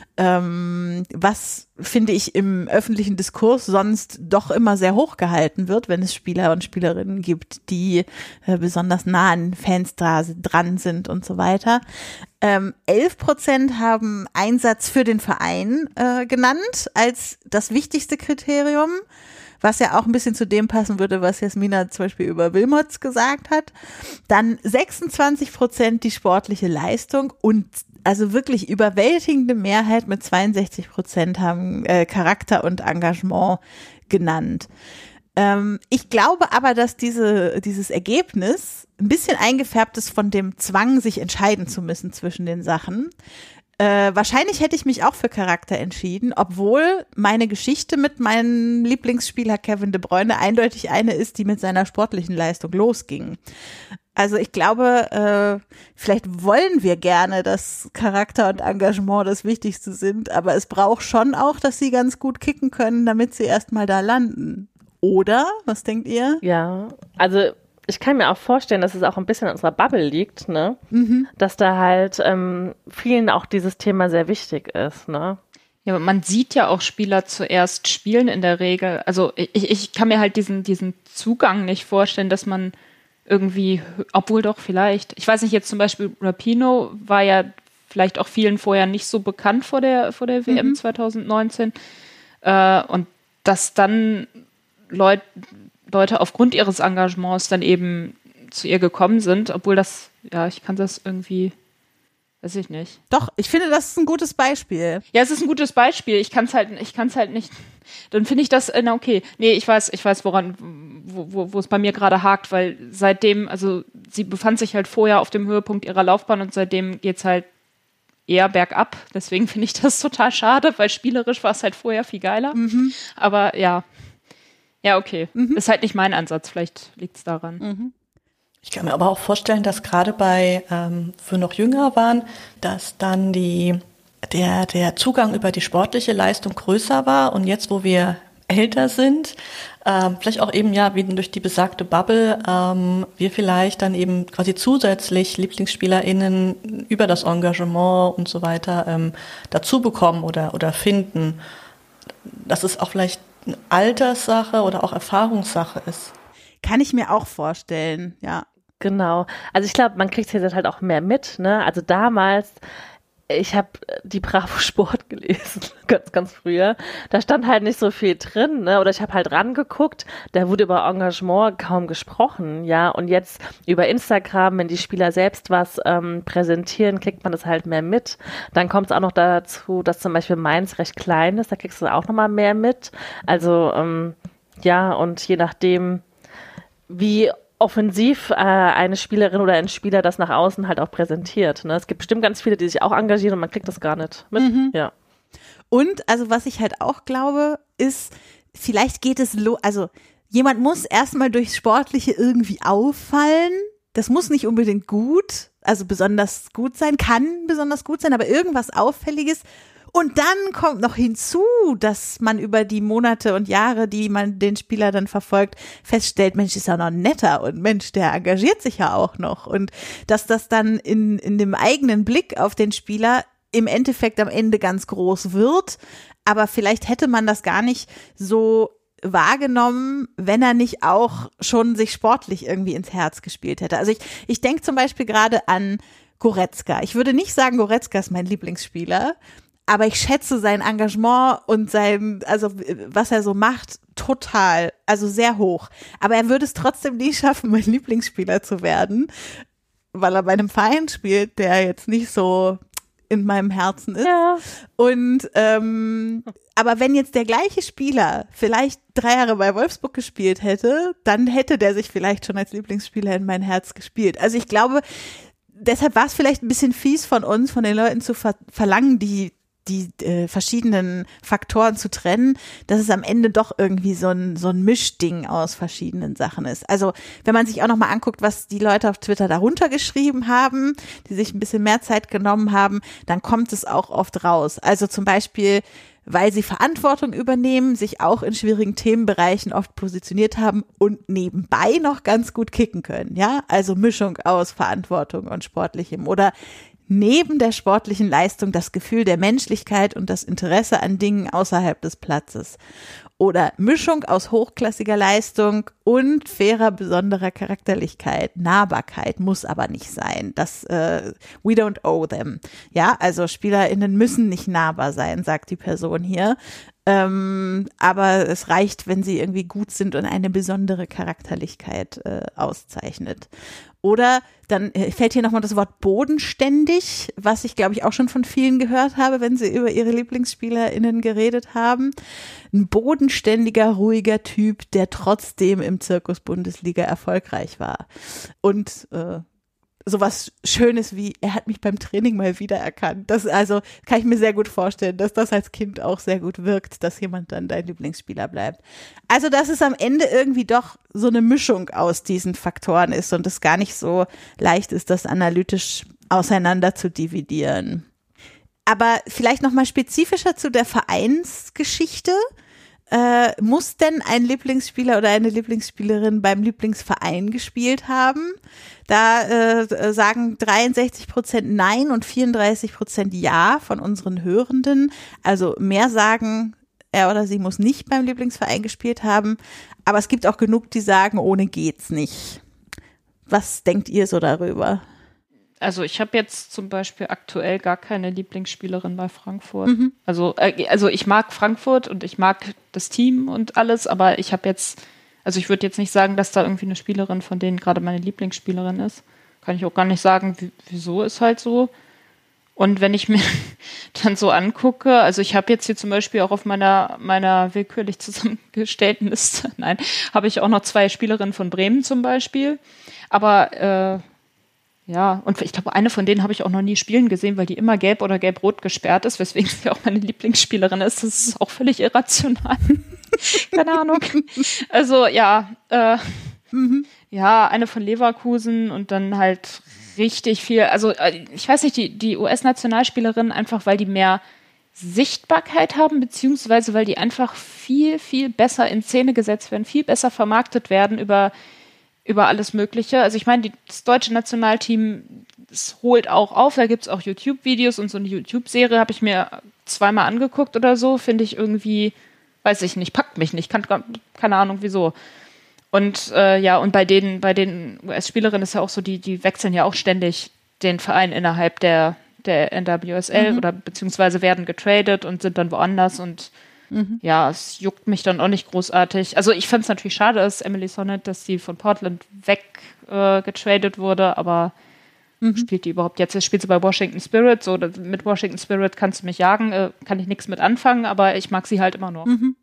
Ähm, was, finde ich, im öffentlichen Diskurs sonst doch immer sehr hoch gehalten wird, wenn es Spieler und Spielerinnen gibt, die äh, besonders nah an Fans dra- dran sind und so weiter. Ähm, elf Prozent haben Einsatz für den Verein äh, genannt als das wichtigste Kriterium, was ja auch ein bisschen zu dem passen würde, was Jasmina zum Beispiel über Wilmots gesagt hat. Dann sechsundzwanzig Prozent die sportliche Leistung und also wirklich überwältigende Mehrheit mit zweiundsechzig Prozent haben äh, Charakter und Engagement genannt. Ähm, ich glaube aber, dass diese dieses Ergebnis ein bisschen eingefärbt ist von dem Zwang, sich entscheiden zu müssen zwischen den Sachen. Äh, wahrscheinlich hätte ich mich auch für Charakter entschieden, obwohl meine Geschichte mit meinem Lieblingsspieler Kevin De Bruyne eindeutig eine ist, die mit seiner sportlichen Leistung losging. Also ich glaube, äh, vielleicht wollen wir gerne, dass Charakter und Engagement das Wichtigste sind, aber es braucht schon auch, dass sie ganz gut kicken können, damit sie erstmal da landen. Oder? Was denkt ihr? Ja, also ich kann mir auch vorstellen, dass es auch ein bisschen in unserer Bubble liegt, ne? Mhm. Dass da halt ähm, vielen auch dieses Thema sehr wichtig ist, ne? Ja, man sieht ja auch Spieler zuerst spielen in der Regel. Also ich, ich kann mir halt diesen, diesen Zugang nicht vorstellen, dass man irgendwie, obwohl doch vielleicht, ich weiß nicht, jetzt zum Beispiel Rapinoe war ja vielleicht auch vielen vorher nicht so bekannt vor der, vor der W M mhm. zwanzig neunzehn äh, und dass dann Leute, Leute aufgrund ihres Engagements dann eben zu ihr gekommen sind, obwohl das, ja, ich kann das irgendwie, weiß ich nicht. Doch, ich finde, das ist ein gutes Beispiel. Ja, es ist ein gutes Beispiel. Ich kann es halt, ich kann es halt nicht. Dann finde ich das, äh, na okay. Nee, ich weiß, ich weiß, woran, wo, wo, wo es bei mir gerade hakt, weil seitdem, also sie befand sich halt vorher auf dem Höhepunkt ihrer Laufbahn und seitdem geht's halt eher bergab. Deswegen finde ich das total schade, weil spielerisch war es halt vorher viel geiler. Mhm. Aber ja. Ja, okay. Mhm. Ist halt nicht mein Ansatz. Vielleicht liegt's daran. Mhm. Ich kann mir aber auch vorstellen, dass gerade bei, ähm, für noch jünger waren, dass dann die, der, der Zugang über die sportliche Leistung größer war und jetzt, wo wir älter sind, ähm, vielleicht auch eben ja wie durch die besagte Bubble, ähm, wir vielleicht dann eben quasi zusätzlich LieblingsspielerInnen über das Engagement und so weiter ähm, dazu bekommen oder, oder finden, dass es auch vielleicht eine Alterssache oder auch Erfahrungssache ist. Kann ich mir auch vorstellen, ja. Genau. Also ich glaube, man kriegt es jetzt halt auch mehr mit, ne? Also damals, ich habe die Bravo Sport gelesen, ganz, ganz früher. Da stand halt nicht so viel drin, ne? Oder ich habe halt rangeguckt, da wurde über Engagement kaum gesprochen, ja. Und jetzt über Instagram, wenn die Spieler selbst was ähm, präsentieren, kriegt man das halt mehr mit. Dann kommt es auch noch dazu, dass zum Beispiel Mainz recht klein ist, da kriegst du auch nochmal mehr mit. Also ähm, ja, und je nachdem, wie offensiv äh, eine Spielerin oder ein Spieler das nach außen halt auch präsentiert. Ne? Es gibt bestimmt ganz viele, die sich auch engagieren und man kriegt das gar nicht mit. Mhm. Ja. Und, also was ich halt auch glaube, ist, vielleicht geht es, lo- also jemand muss erstmal durchs Sportliche irgendwie auffallen. Das muss nicht unbedingt gut, also besonders gut sein, kann besonders gut sein, aber irgendwas Auffälliges. Und dann kommt noch hinzu, dass man über die Monate und Jahre, die man den Spieler dann verfolgt, feststellt, Mensch, ist ja noch netter und Mensch, der engagiert sich ja auch noch. Und dass das dann in, in dem eigenen Blick auf den Spieler im Endeffekt am Ende ganz groß wird. Aber vielleicht hätte man das gar nicht so wahrgenommen, wenn er nicht auch schon sich sportlich irgendwie ins Herz gespielt hätte. Also ich, ich denke zum Beispiel gerade an Goretzka. Ich würde nicht sagen, Goretzka ist mein Lieblingsspieler, aber ich schätze sein Engagement und sein, also was er so macht, total, also sehr hoch. Aber er würde es trotzdem nie schaffen, mein Lieblingsspieler zu werden, weil er bei einem Verein spielt, der jetzt nicht so in meinem Herzen ist. Ja. Und ähm, aber wenn jetzt der gleiche Spieler vielleicht drei Jahre bei Wolfsburg gespielt hätte, dann hätte der sich vielleicht schon als Lieblingsspieler in mein Herz gespielt. Also ich glaube, deshalb war es vielleicht ein bisschen fies von uns, von den Leuten zu ver- verlangen, die die äh, verschiedenen Faktoren zu trennen, dass es am Ende doch irgendwie so ein so ein Mischding aus verschiedenen Sachen ist. Also wenn man sich auch nochmal anguckt, was die Leute auf Twitter darunter geschrieben haben, die sich ein bisschen mehr Zeit genommen haben, dann kommt es auch oft raus. Also zum Beispiel, weil sie Verantwortung übernehmen, sich auch in schwierigen Themenbereichen oft positioniert haben und nebenbei noch ganz gut kicken können. Ja, also Mischung aus Verantwortung und Sportlichem oder neben der sportlichen Leistung das Gefühl der Menschlichkeit und das Interesse an Dingen außerhalb des Platzes. Oder Mischung aus hochklassiger Leistung und fairer, besonderer Charakterlichkeit. Nahbarkeit muss aber nicht sein. Das, äh, we don't owe them. Ja, also SpielerInnen müssen nicht nahbar sein, sagt die Person hier. Ähm, aber es reicht, wenn sie irgendwie gut sind und eine besondere Charakterlichkeit äh, auszeichnet. Oder dann äh, fällt hier nochmal das Wort bodenständig, was ich, glaube ich, auch schon von vielen gehört habe, wenn sie über ihre LieblingsspielerInnen geredet haben. Ein bodenständiger, ruhiger Typ, der trotzdem im Zirkus Bundesliga erfolgreich war. Und äh, sowas Schönes wie, er hat mich beim Training mal wiedererkannt. Das also kann ich mir sehr gut vorstellen, dass das als Kind auch sehr gut wirkt, dass jemand dann dein Lieblingsspieler bleibt. Also, dass es am Ende irgendwie doch so eine Mischung aus diesen Faktoren ist und es gar nicht so leicht ist, das analytisch auseinander zu dividieren. Aber vielleicht nochmal spezifischer zu der Vereinsgeschichte. Äh, muss denn ein Lieblingsspieler oder eine Lieblingsspielerin beim Lieblingsverein gespielt haben? Da äh, sagen dreiundsechzig Prozent Nein und vierunddreißig Prozent Ja von unseren Hörenden. Also mehr sagen, er oder sie muss nicht beim Lieblingsverein gespielt haben. Aber es gibt auch genug, die sagen, ohne geht's nicht. Was denkt ihr so darüber? Also ich habe jetzt zum Beispiel aktuell gar keine Lieblingsspielerin bei Frankfurt. Mhm. Also, äh, also ich mag Frankfurt und ich mag das Team und alles, aber ich habe jetzt Also ich würde jetzt nicht sagen, dass da irgendwie eine Spielerin von denen gerade meine Lieblingsspielerin ist. Kann ich auch gar nicht sagen, w- wieso ist halt so. Und wenn ich mir dann so angucke, also ich habe jetzt hier zum Beispiel auch auf meiner, meiner willkürlich zusammengestellten Liste, nein, habe ich auch noch zwei Spielerinnen von Bremen zum Beispiel. Aber äh, ja, und ich glaube, eine von denen habe ich auch noch nie spielen gesehen, weil die immer gelb oder gelb-rot gesperrt ist, weswegen sie auch meine Lieblingsspielerin ist. Das ist auch völlig irrational. Keine Ahnung. Also ja, äh, mhm. ja, eine von Leverkusen und dann halt richtig viel, also ich weiß nicht, die, die U S-Nationalspielerinnen einfach, weil die mehr Sichtbarkeit haben, beziehungsweise weil die einfach viel, viel besser in Szene gesetzt werden, viel besser vermarktet werden über, über alles Mögliche. Also ich meine, die, das deutsche Nationalteam, das holt auch auf, da gibt es auch YouTube-Videos und so eine YouTube-Serie habe ich mir zweimal angeguckt oder so, finde ich irgendwie, weiß ich nicht, packt mich nicht, kann, keine Ahnung wieso. Und äh, ja, und bei den, bei den U S-Spielerinnen ist ja auch so, die, die wechseln ja auch ständig den Verein innerhalb der, der N W S L mhm. oder beziehungsweise werden getradet und sind dann woanders und mhm. ja, es juckt mich dann auch nicht großartig. Also ich fand es natürlich schade, dass Emily Sonnett, dass die von Portland weg äh, getradet wurde, aber mhm. spielt die überhaupt jetzt? Jetzt spielt sie bei Washington Spirit, so mit Washington Spirit kannst du mich jagen, äh, kann ich nichts mit anfangen, aber ich mag sie halt immer noch. Mhm.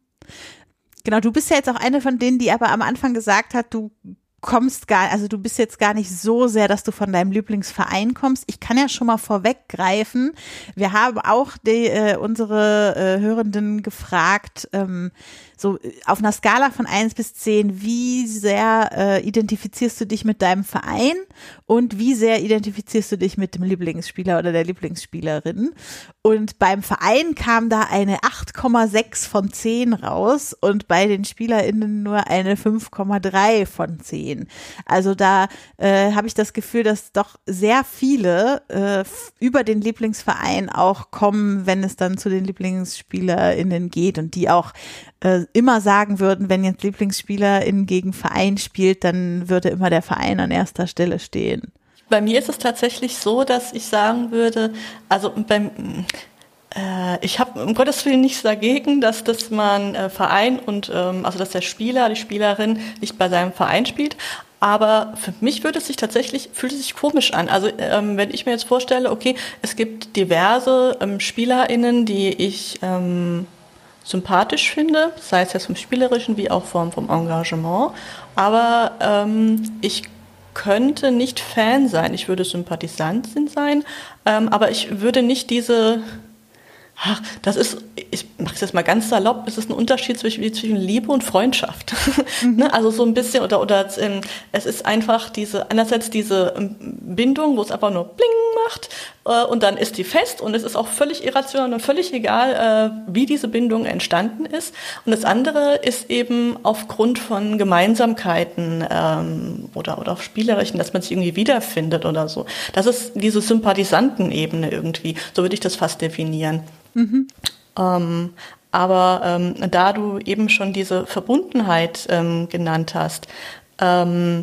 Genau, du bist ja jetzt auch eine von denen, die aber am Anfang gesagt hat, du kommst gar, also du bist jetzt gar nicht so sehr, dass du von deinem Lieblingsverein kommst. Ich kann ja schon mal vorweggreifen. Wir haben auch die, äh, unsere äh, Hörenden gefragt, ähm, so auf einer Skala von eins bis zehn, wie sehr äh, identifizierst du dich mit deinem Verein und wie sehr identifizierst du dich mit dem Lieblingsspieler oder der Lieblingsspielerin? Und beim Verein kam da eine acht Komma sechs von zehn raus und bei den SpielerInnen nur eine fünf Komma drei von zehn. Also da äh, habe ich das Gefühl, dass doch sehr viele äh, f- über den Lieblingsverein auch kommen, wenn es dann zu den LieblingsspielerInnen geht und die auch äh, immer sagen würden, wenn jetzt LieblingsspielerInnen gegen Verein spielt, dann würde immer der Verein an erster Stelle stehen. Bei mir ist es tatsächlich so, dass ich sagen würde, also beim äh, ich habe um Gottes Willen nichts dagegen, dass das man äh, Verein und ähm, also dass der Spieler, die Spielerin nicht bei seinem Verein spielt. Aber für mich würde es sich tatsächlich, fühlt es sich komisch an. Also ähm, wenn ich mir jetzt vorstelle, okay, es gibt diverse ähm, SpielerInnen, die ich ähm, sympathisch finde, sei es jetzt vom Spielerischen wie auch vom, vom Engagement. Aber ähm, ich könnte nicht Fan sein. Ich würde Sympathisant sein, ähm, aber ich würde nicht diese... Ach, das ist, ich mache es jetzt mal ganz salopp, es ist ein Unterschied zwischen, zwischen Liebe und Freundschaft. Mhm. ne? Also so ein bisschen, oder, oder ähm, es ist einfach diese, einerseits diese ähm, Bindung, wo es einfach nur bling macht äh, und dann ist die fest und es ist auch völlig irrational und völlig egal, äh, wie diese Bindung entstanden ist. Und das andere ist eben aufgrund von Gemeinsamkeiten ähm, oder, oder auf Spielerischen, dass man sich irgendwie wiederfindet oder so. Das ist diese Sympathisantenebene irgendwie, so würde ich das fast definieren. Mhm. Ähm, aber ähm, da du eben schon diese Verbundenheit ähm, genannt hast, ähm,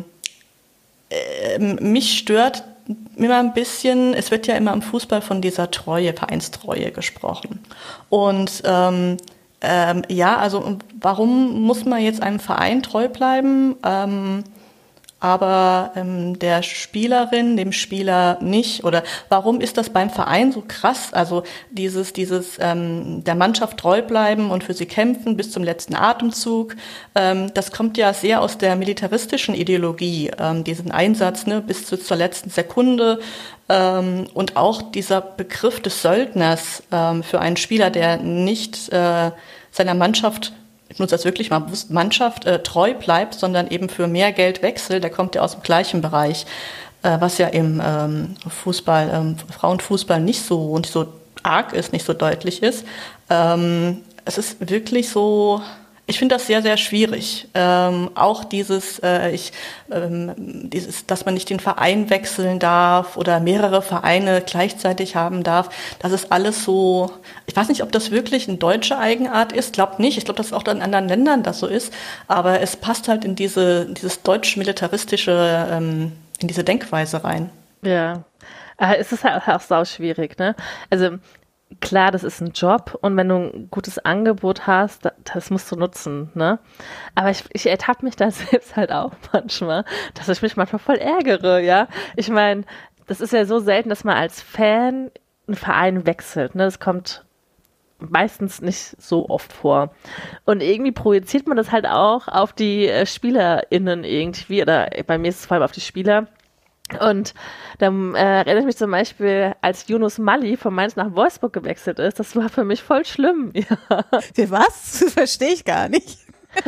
äh, mich stört immer ein bisschen, es wird ja immer im Fußball von dieser Treue, Vereinstreue gesprochen. Und ähm, ähm, ja, also warum muss man jetzt einem Verein treu bleiben? Ähm, aber ähm, der Spielerin, dem Spieler nicht? Oder warum ist das beim Verein so krass? Also dieses, dieses ähm, der Mannschaft treu bleiben und für sie kämpfen bis zum letzten Atemzug, ähm, das kommt ja sehr aus der militaristischen Ideologie, ähm, diesen Einsatz ne, bis zu, zur letzten Sekunde. Ähm, und auch dieser Begriff des Söldners ähm, für einen Spieler, der nicht äh, seiner Mannschaft, ich nutze das wirklich mal bewusst, Mannschaft äh, treu bleibt, sondern eben für mehr Geld wechselt, der kommt ja aus dem gleichen Bereich, äh, was ja im ähm, Fußball, ähm, Frauenfußball nicht so, nicht so arg ist, nicht so deutlich ist. Ähm, es ist wirklich so, ich finde das sehr, sehr schwierig. Ähm, auch dieses, äh, ich, ähm, dieses, dass man nicht den Verein wechseln darf oder mehrere Vereine gleichzeitig haben darf, das ist alles so, ich weiß nicht, ob das wirklich eine deutsche Eigenart ist, glaube nicht. Ich glaube, dass es auch in anderen Ländern das so ist, aber es passt halt in diese, dieses deutsch-militaristische, ähm, in diese Denkweise rein. Ja, äh, es ist halt auch sau schwierig, ne? Also klar, das ist ein Job und wenn du ein gutes Angebot hast, das musst du nutzen, ne? Aber ich, ich ertappe mich da selbst halt auch manchmal, dass ich mich manchmal voll ärgere, ja? Ich meine, das ist ja so selten, dass man als Fan einen Verein wechselt, ne? Das kommt meistens nicht so oft vor. Und irgendwie projiziert man das halt auch auf die äh, SpielerInnen irgendwie, oder bei mir ist es vor allem auf die Spieler. Und dann äh, erinnere ich mich zum Beispiel, als Yunus Mali von Mainz nach Wolfsburg gewechselt ist, das war für mich voll schlimm. Ja. Für was? Das verstehe ich gar nicht.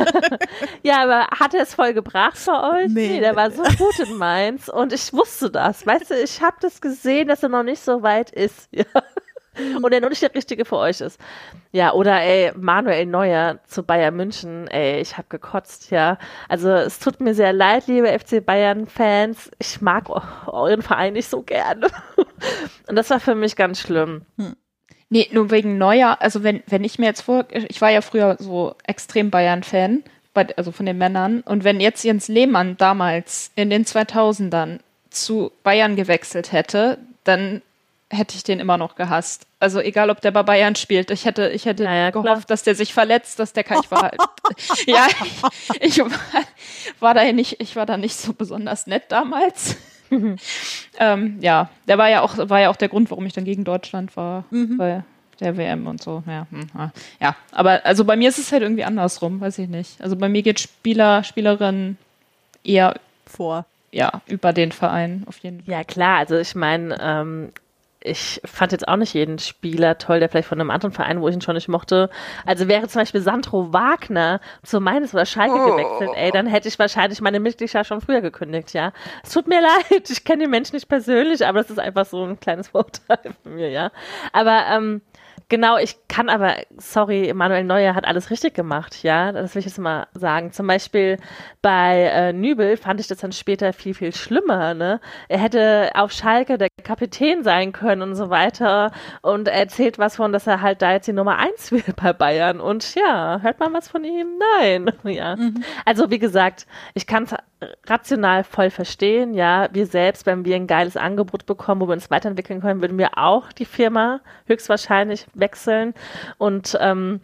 Ja, aber hat er es voll gebracht für euch? Nee. Nee, der war so gut in Mainz und ich wusste das. Weißt du, ich habe das gesehen, dass er noch nicht so weit ist. Ja. Und er noch nicht der Richtige für euch ist. Ja, oder ey, Manuel Neuer zu Bayern München, ey, ich habe gekotzt, ja. Also es tut mir sehr leid, liebe F C Bayern-Fans, ich mag euren Verein nicht so gerne. Und das war für mich ganz schlimm. Hm. Nee, nur wegen Neuer, also wenn, wenn ich mir jetzt vor, ich war ja früher so extrem Bayern-Fan, also von den Männern, und wenn jetzt Jens Lehmann damals in den zweitausendern zu Bayern gewechselt hätte, dann hätte ich den immer noch gehasst. Also egal, ob der bei Bayern spielt. Ich hätte, ich hätte ja, ja, gehofft, klar. dass der sich verletzt, dass der kann. Ich war halt, ja, ich, ich war, war da nicht, ich war da nicht so besonders nett damals. Mhm. ähm, ja, der war ja auch, war ja auch der Grund, warum ich dann gegen Deutschland war, mhm. bei der W M und so. Ja, ja, aber also bei mir ist es halt irgendwie andersrum, weiß ich nicht. Also bei mir geht Spieler, Spielerin eher vor. Ja, über den Verein auf jeden Fall. Ja klar, also ich meine, ähm, ich fand jetzt auch nicht jeden Spieler toll, der vielleicht von einem anderen Verein, wo ich ihn schon nicht mochte. Also wäre zum Beispiel Sandro Wagner zu Mainz oder Schalke oh. gewechselt, ey, dann hätte ich wahrscheinlich meine Mitgliedschaft schon früher gekündigt, ja. Es tut mir leid, ich kenne den Menschen nicht persönlich, aber das ist einfach so ein kleines Vorurteil von mir, ja. Aber ähm, genau, ich kann aber, sorry, Manuel Neuer hat alles richtig gemacht, ja, das will ich jetzt mal sagen. Zum Beispiel bei äh, Nübel fand ich das dann später viel, viel schlimmer, ne. Er hätte auf Schalke der Kapitän sein können und so weiter und er erzählt was von, dass er halt da jetzt die Nummer eins will bei Bayern und ja, hört man was von ihm? Nein, ja. Mhm. Also wie gesagt, ich kann es rational voll verstehen, ja, wir selbst, wenn wir ein geiles Angebot bekommen, wo wir uns weiterentwickeln können, würden wir auch die Firma höchstwahrscheinlich wechseln und ähm,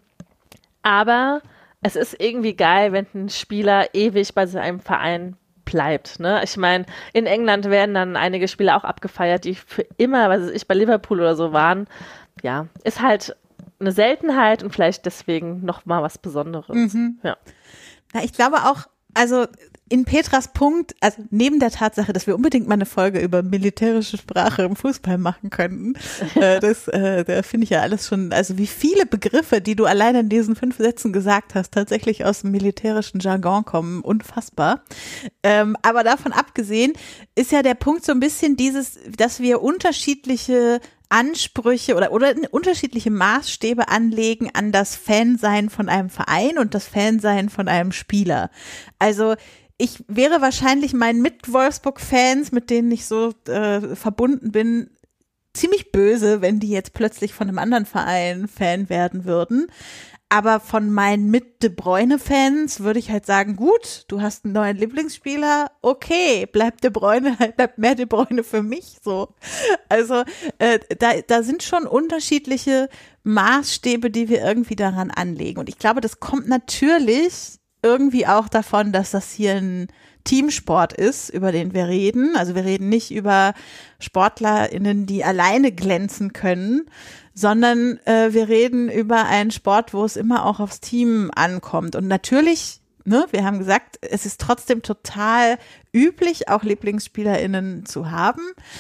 aber es ist irgendwie geil, wenn ein Spieler ewig bei seinem Verein bleibt, ne? Ich meine, in England werden dann einige Spieler auch abgefeiert, die für immer, was weiß ich, bei Liverpool oder so waren. Ja, ist halt eine Seltenheit und vielleicht deswegen noch mal was Besonderes. Mhm. Ja. Na, ich glaube auch, also in Petras Punkt, also neben der Tatsache, dass wir unbedingt mal eine Folge über militärische Sprache im Fußball machen könnten, äh, das, äh, da finde ich ja alles schon, also wie viele Begriffe, die du allein in diesen fünf Sätzen gesagt hast, tatsächlich aus dem militärischen Jargon kommen, unfassbar. Ähm, aber davon abgesehen ist ja der Punkt so ein bisschen dieses, dass wir unterschiedliche Ansprüche oder, oder unterschiedliche Maßstäbe anlegen an das Fansein von einem Verein und das Fansein von einem Spieler. Also ich wäre wahrscheinlich meinen Mit-Wolfsburg-Fans, mit denen ich so äh, verbunden bin, ziemlich böse, wenn die jetzt plötzlich von einem anderen Verein Fan werden würden. Aber von meinen Mit-De Bruyne-Fans würde ich halt sagen, gut, du hast einen neuen Lieblingsspieler, okay, bleibt De Bruyne, bleibt mehr De Bruyne für mich, so. Also äh, da, da sind schon unterschiedliche Maßstäbe, die wir irgendwie daran anlegen. Und ich glaube, das kommt natürlich irgendwie auch davon, dass das hier ein Teamsport ist, über den wir reden. Also wir reden nicht über SportlerInnen, die alleine glänzen können, sondern äh, wir reden über einen Sport, wo es immer auch aufs Team ankommt. Und natürlich, ne, wir haben gesagt, es ist trotzdem total üblich, auch LieblingsspielerInnen zu haben.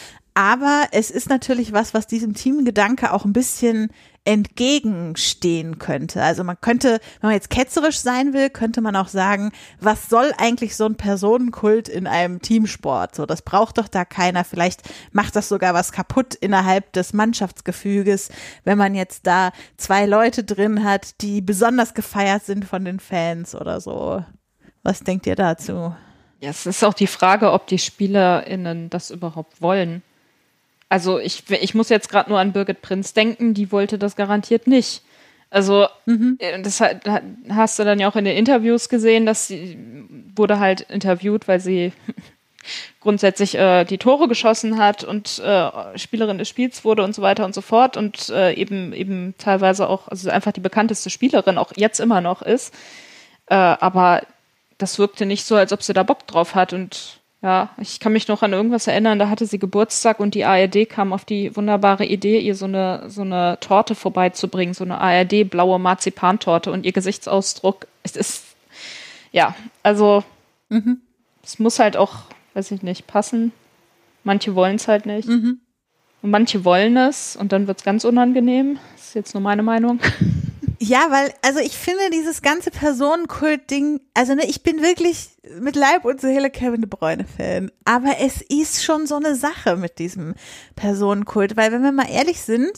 Aber es ist natürlich was, was diesem Teamgedanke auch ein bisschen entgegenstehen könnte. Also man könnte, wenn man jetzt ketzerisch sein will, könnte man auch sagen, was soll eigentlich so ein Personenkult in einem Teamsport? So, das braucht doch da keiner. Vielleicht macht das sogar was kaputt innerhalb des Mannschaftsgefüges, wenn man jetzt da zwei Leute drin hat, die besonders gefeiert sind von den Fans oder so. Was denkt ihr dazu? Ja, es ist auch die Frage, ob die SpielerInnen das überhaupt wollen. Also ich, ich muss jetzt gerade nur an Birgit Prinz denken, die wollte das garantiert nicht. Also mhm. das hast du dann ja auch in den Interviews gesehen, dass sie wurde halt interviewt, weil sie grundsätzlich äh, die Tore geschossen hat und äh, Spielerin des Spiels wurde und so weiter und so fort und äh, eben eben teilweise auch, also einfach die bekannteste Spielerin auch jetzt immer noch ist. Äh, aber das wirkte nicht so, als ob sie da Bock drauf hat. Und ja, ich kann mich noch an irgendwas erinnern, da hatte sie Geburtstag und die A R D kam auf die wunderbare Idee, ihr so eine, so eine Torte vorbeizubringen, so eine A R D-blaue Marzipantorte, und ihr Gesichtsausdruck, es ist, ja, also mhm. es muss halt auch, weiß ich nicht, passen. Manche wollen es halt nicht. Mhm. Und manche wollen es und dann wird es ganz unangenehm. Das ist jetzt nur meine Meinung. Ja, weil, also ich finde dieses ganze Personenkult-Ding, also ne, ich bin wirklich mit Leib und Seele Kevin De Bruyne-Fan, aber es ist schon so eine Sache mit diesem Personenkult, weil wenn wir mal ehrlich sind,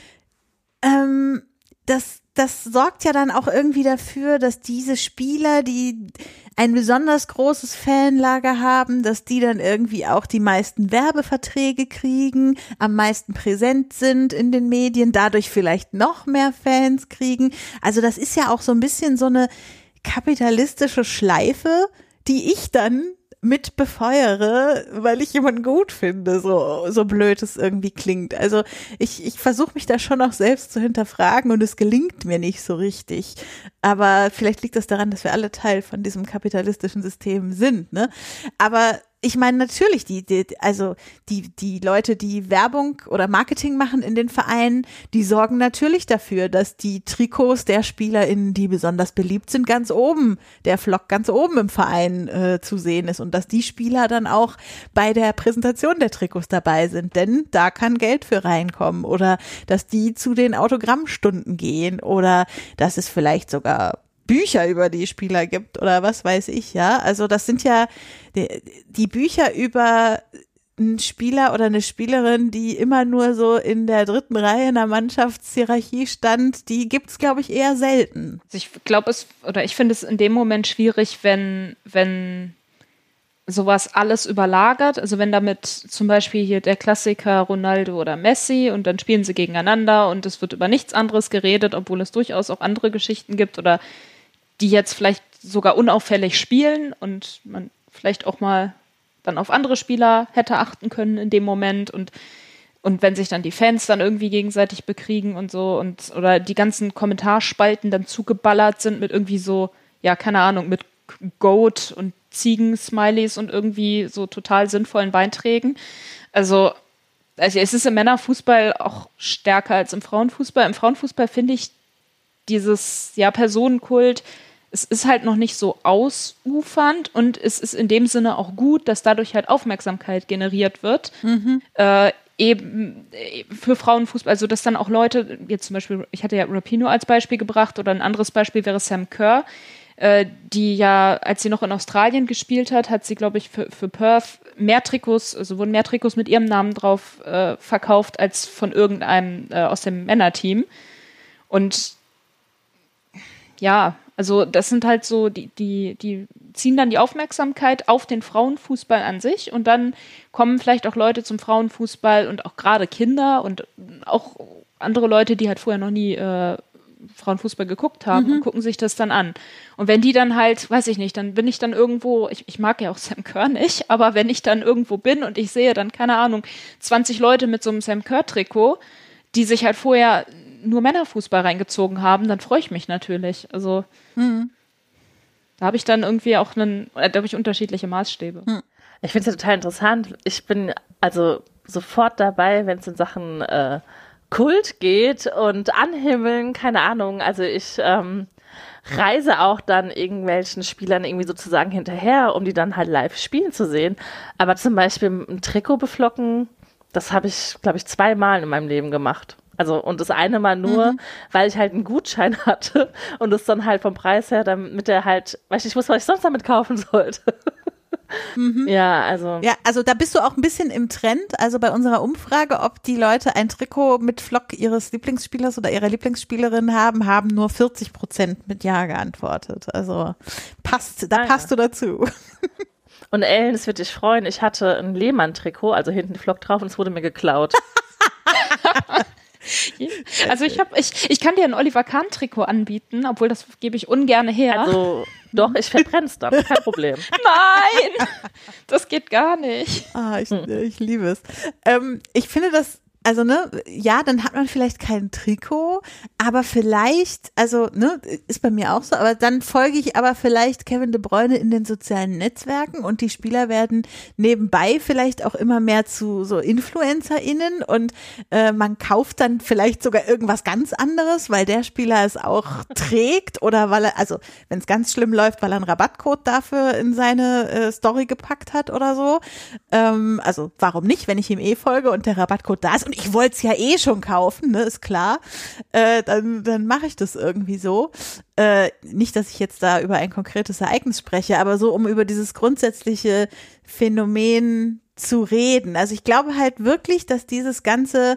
ähm, das das sorgt ja dann auch irgendwie dafür, dass diese Spieler, die ein besonders großes Fanlager haben, dass die dann irgendwie auch die meisten Werbeverträge kriegen, am meisten präsent sind in den Medien, dadurch vielleicht noch mehr Fans kriegen. Also das ist ja auch so ein bisschen so eine kapitalistische Schleife, die ich dann mit befeuere, weil ich jemanden gut finde, so so blöd es irgendwie klingt. Also ich ich versuche mich da schon auch selbst zu hinterfragen und es gelingt mir nicht so richtig. Aber vielleicht liegt das daran, dass wir alle Teil von diesem kapitalistischen System sind, ne? Aber ich meine natürlich, die, die also die die Leute, die Werbung oder Marketing machen in den Vereinen, die sorgen natürlich dafür, dass die Trikots der SpielerInnen, die besonders beliebt sind, ganz oben, der Flock ganz oben im Verein äh, zu sehen ist und dass die Spieler dann auch bei der Präsentation der Trikots dabei sind, denn da kann Geld für reinkommen, oder dass die zu den Autogrammstunden gehen oder dass es vielleicht sogar Bücher über die Spieler gibt oder was weiß ich, ja. Also das sind ja die, die Bücher über einen Spieler oder eine Spielerin, die immer nur so in der dritten Reihe in der Mannschaftshierarchie stand, die gibt's, glaube ich, eher selten. Also ich glaube es, oder ich finde es in dem Moment schwierig, wenn, wenn sowas alles überlagert, also wenn damit zum Beispiel hier der Klassiker Ronaldo oder Messi und dann spielen sie gegeneinander und es wird über nichts anderes geredet, obwohl es durchaus auch andere Geschichten gibt oder die jetzt vielleicht sogar unauffällig spielen und man vielleicht auch mal dann auf andere Spieler hätte achten können in dem Moment und und wenn sich dann die Fans dann irgendwie gegenseitig bekriegen und so und oder die ganzen Kommentarspalten dann zugeballert sind mit irgendwie so, ja, keine Ahnung, mit Goat und Ziegen-Smileys und irgendwie so total sinnvollen Beiträgen. Also, also es ist im Männerfußball auch stärker als im Frauenfußball. Im Frauenfußball finde ich dieses, ja, Personenkult, es ist halt noch nicht so ausufernd und es ist in dem Sinne auch gut, dass dadurch halt Aufmerksamkeit generiert wird. Mhm. Äh, eben für Frauenfußball, also dass dann auch Leute, jetzt zum Beispiel, ich hatte ja Rapinoe als Beispiel gebracht oder ein anderes Beispiel wäre Sam Kerr, äh, die ja, als sie noch in Australien gespielt hat, hat sie, glaube ich, für, für Perth mehr Trikots, also wurden mehr Trikots mit ihrem Namen drauf äh, verkauft als von irgendeinem äh, aus dem Männerteam. Und ja, also das sind halt so, die, die, die ziehen dann die Aufmerksamkeit auf den Frauenfußball an sich und dann kommen vielleicht auch Leute zum Frauenfußball und auch gerade Kinder und auch andere Leute, die halt vorher noch nie äh, Frauenfußball geguckt haben mhm. und gucken sich das dann an. Und wenn die dann halt, weiß ich nicht, dann bin ich dann irgendwo, ich, ich mag ja auch Sam Kerr nicht, aber wenn ich dann irgendwo bin und ich sehe dann, keine Ahnung, zwanzig Leute mit so einem Sam Kerr-Trikot, die sich halt vorher nur Männerfußball reingezogen haben, dann freue ich mich natürlich. Also mhm. da habe ich dann irgendwie auch einen, da habe ich unterschiedliche Maßstäbe. Mhm. Ich finde es ja total interessant. Ich bin also sofort dabei, wenn es in Sachen äh, Kult geht und Anhimmeln, keine Ahnung. Also ich ähm, reise auch dann irgendwelchen Spielern irgendwie sozusagen hinterher, um die dann halt live spielen zu sehen. Aber zum Beispiel ein Trikot beflocken, das habe ich, glaube ich, zweimal in meinem Leben gemacht. Also, und das eine Mal nur, mhm. weil ich halt einen Gutschein hatte und es dann halt vom Preis her, damit er halt, weiß ich nicht, wusste, was ich sonst damit kaufen sollte. Mhm. Ja, also. Ja, also da bist du auch ein bisschen im Trend. Also bei unserer Umfrage, ob die Leute ein Trikot mit Flock ihres Lieblingsspielers oder ihrer Lieblingsspielerin haben, haben nur vierzig Prozent mit Ja geantwortet. Also passt, da ah, passt ja. du dazu. Und Ellen, es wird dich freuen, ich hatte ein Lehmann-Trikot, also hinten Flock drauf und es wurde mir geklaut. Also ich habe, ich, ich kann dir ein Oliver Kahn-Trikot anbieten, obwohl das gebe ich ungern her. Also doch, ich verbrenn's dann, kein Problem. Nein, das geht gar nicht. Ah, ich, ich liebe es. Ähm, ich finde das, also ne, ja, dann hat man vielleicht kein Trikot, aber vielleicht, also ne, ist bei mir auch so, aber dann folge ich aber vielleicht Kevin De Bruyne in den sozialen Netzwerken und die Spieler werden nebenbei vielleicht auch immer mehr zu so InfluencerInnen und äh, man kauft dann vielleicht sogar irgendwas ganz anderes, weil der Spieler es auch trägt oder weil er, also wenn es ganz schlimm läuft, weil er einen Rabattcode dafür in seine äh, Story gepackt hat oder so. Ähm, also warum nicht, wenn ich ihm eh folge und der Rabattcode da ist und ich wollte es ja eh schon kaufen, ne, ist klar, äh, dann, dann mache ich das irgendwie so. Äh, nicht, dass ich jetzt da über ein konkretes Ereignis spreche, aber so, um über dieses grundsätzliche Phänomen zu reden. Also ich glaube halt wirklich, dass dieses ganze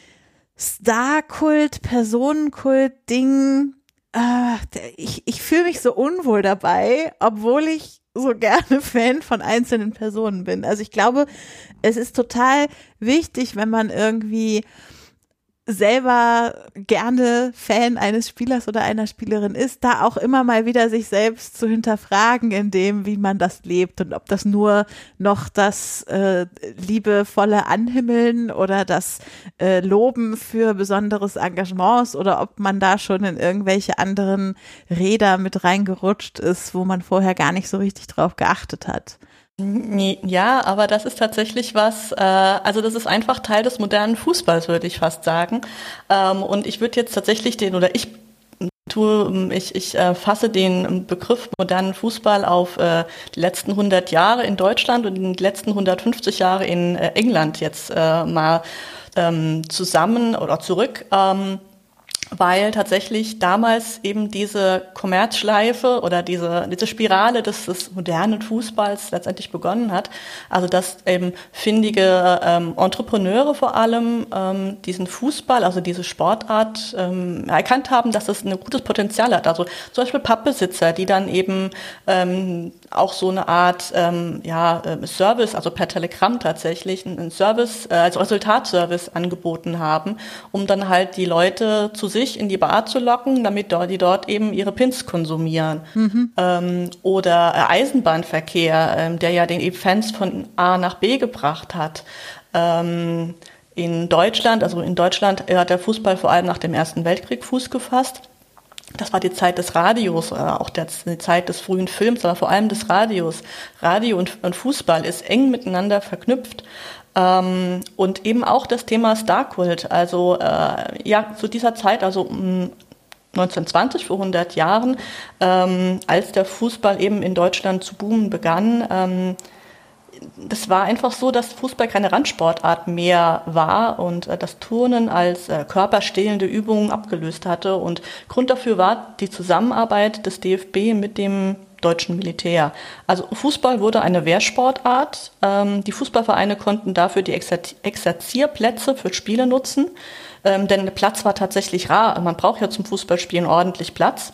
Star-Kult, Personenkult-Ding, äh, ich, ich fühle mich so unwohl dabei, obwohl ich so gerne Fan von einzelnen Personen bin. Also ich glaube, es ist total wichtig, wenn man irgendwie selber gerne Fan eines Spielers oder einer Spielerin ist, da auch immer mal wieder sich selbst zu hinterfragen in dem, wie man das lebt und ob das nur noch das äh, liebevolle Anhimmeln oder das äh, Loben für besonderes Engagements oder ob man da schon in irgendwelche anderen Räder mit reingerutscht ist, wo man vorher gar nicht so richtig drauf geachtet hat. Ja, aber das ist tatsächlich was, äh, also das ist einfach Teil des modernen Fußballs, würde ich fast sagen. Ähm, und ich würde jetzt tatsächlich den, oder ich tue, ich, ich äh, fasse den Begriff modernen Fußball auf äh, die letzten hundert Jahre in Deutschland und die letzten hundertfünfzig Jahre in äh, England jetzt äh, mal ähm, zusammen oder zurück. Ähm, weil tatsächlich damals eben diese Kommerzschleife oder diese diese Spirale des, des modernen Fußballs letztendlich begonnen hat. Also dass eben findige ähm, Entrepreneure vor allem ähm, diesen Fußball, also diese Sportart ähm, erkannt haben, dass es ein gutes Potenzial hat. Also zum Beispiel Pappbesitzer, die dann eben ähm, auch so eine Art ähm, ja Service, also per Telegramm tatsächlich einen Service, äh, also Resultatservice angeboten haben, um dann halt die Leute zu sich in die Bar zu locken, damit dort, die dort eben ihre Pins konsumieren. Mhm. Ähm, oder äh, Eisenbahnverkehr, ähm, der ja den Fans von A nach B gebracht hat. Ähm, in Deutschland, also in Deutschland hat der Fußball vor allem nach dem Ersten Weltkrieg Fuß gefasst. Das war die Zeit des Radios, äh, auch der, die Zeit des frühen Films, aber vor allem des Radios. Radio und, und Fußball ist eng miteinander verknüpft. Ähm, und eben auch das Thema Starkult, also äh, ja, zu dieser Zeit, also um neunzehnhundertzwanzig, vor hundert Jahren, ähm, als der Fußball eben in Deutschland zu boomen begann, ähm, das war einfach so, dass Fußball keine Randsportart mehr war und äh, das Turnen als äh, körperstählende Übung abgelöst hatte. Und Grund dafür war die Zusammenarbeit des D F B mit dem deutschen Militär. Also Fußball wurde eine Wehrsportart. Ähm, die Fußballvereine konnten dafür die Exer- Exerzierplätze für Spiele nutzen, ähm, denn der Platz war tatsächlich rar. Man braucht ja zum Fußballspielen ordentlich Platz.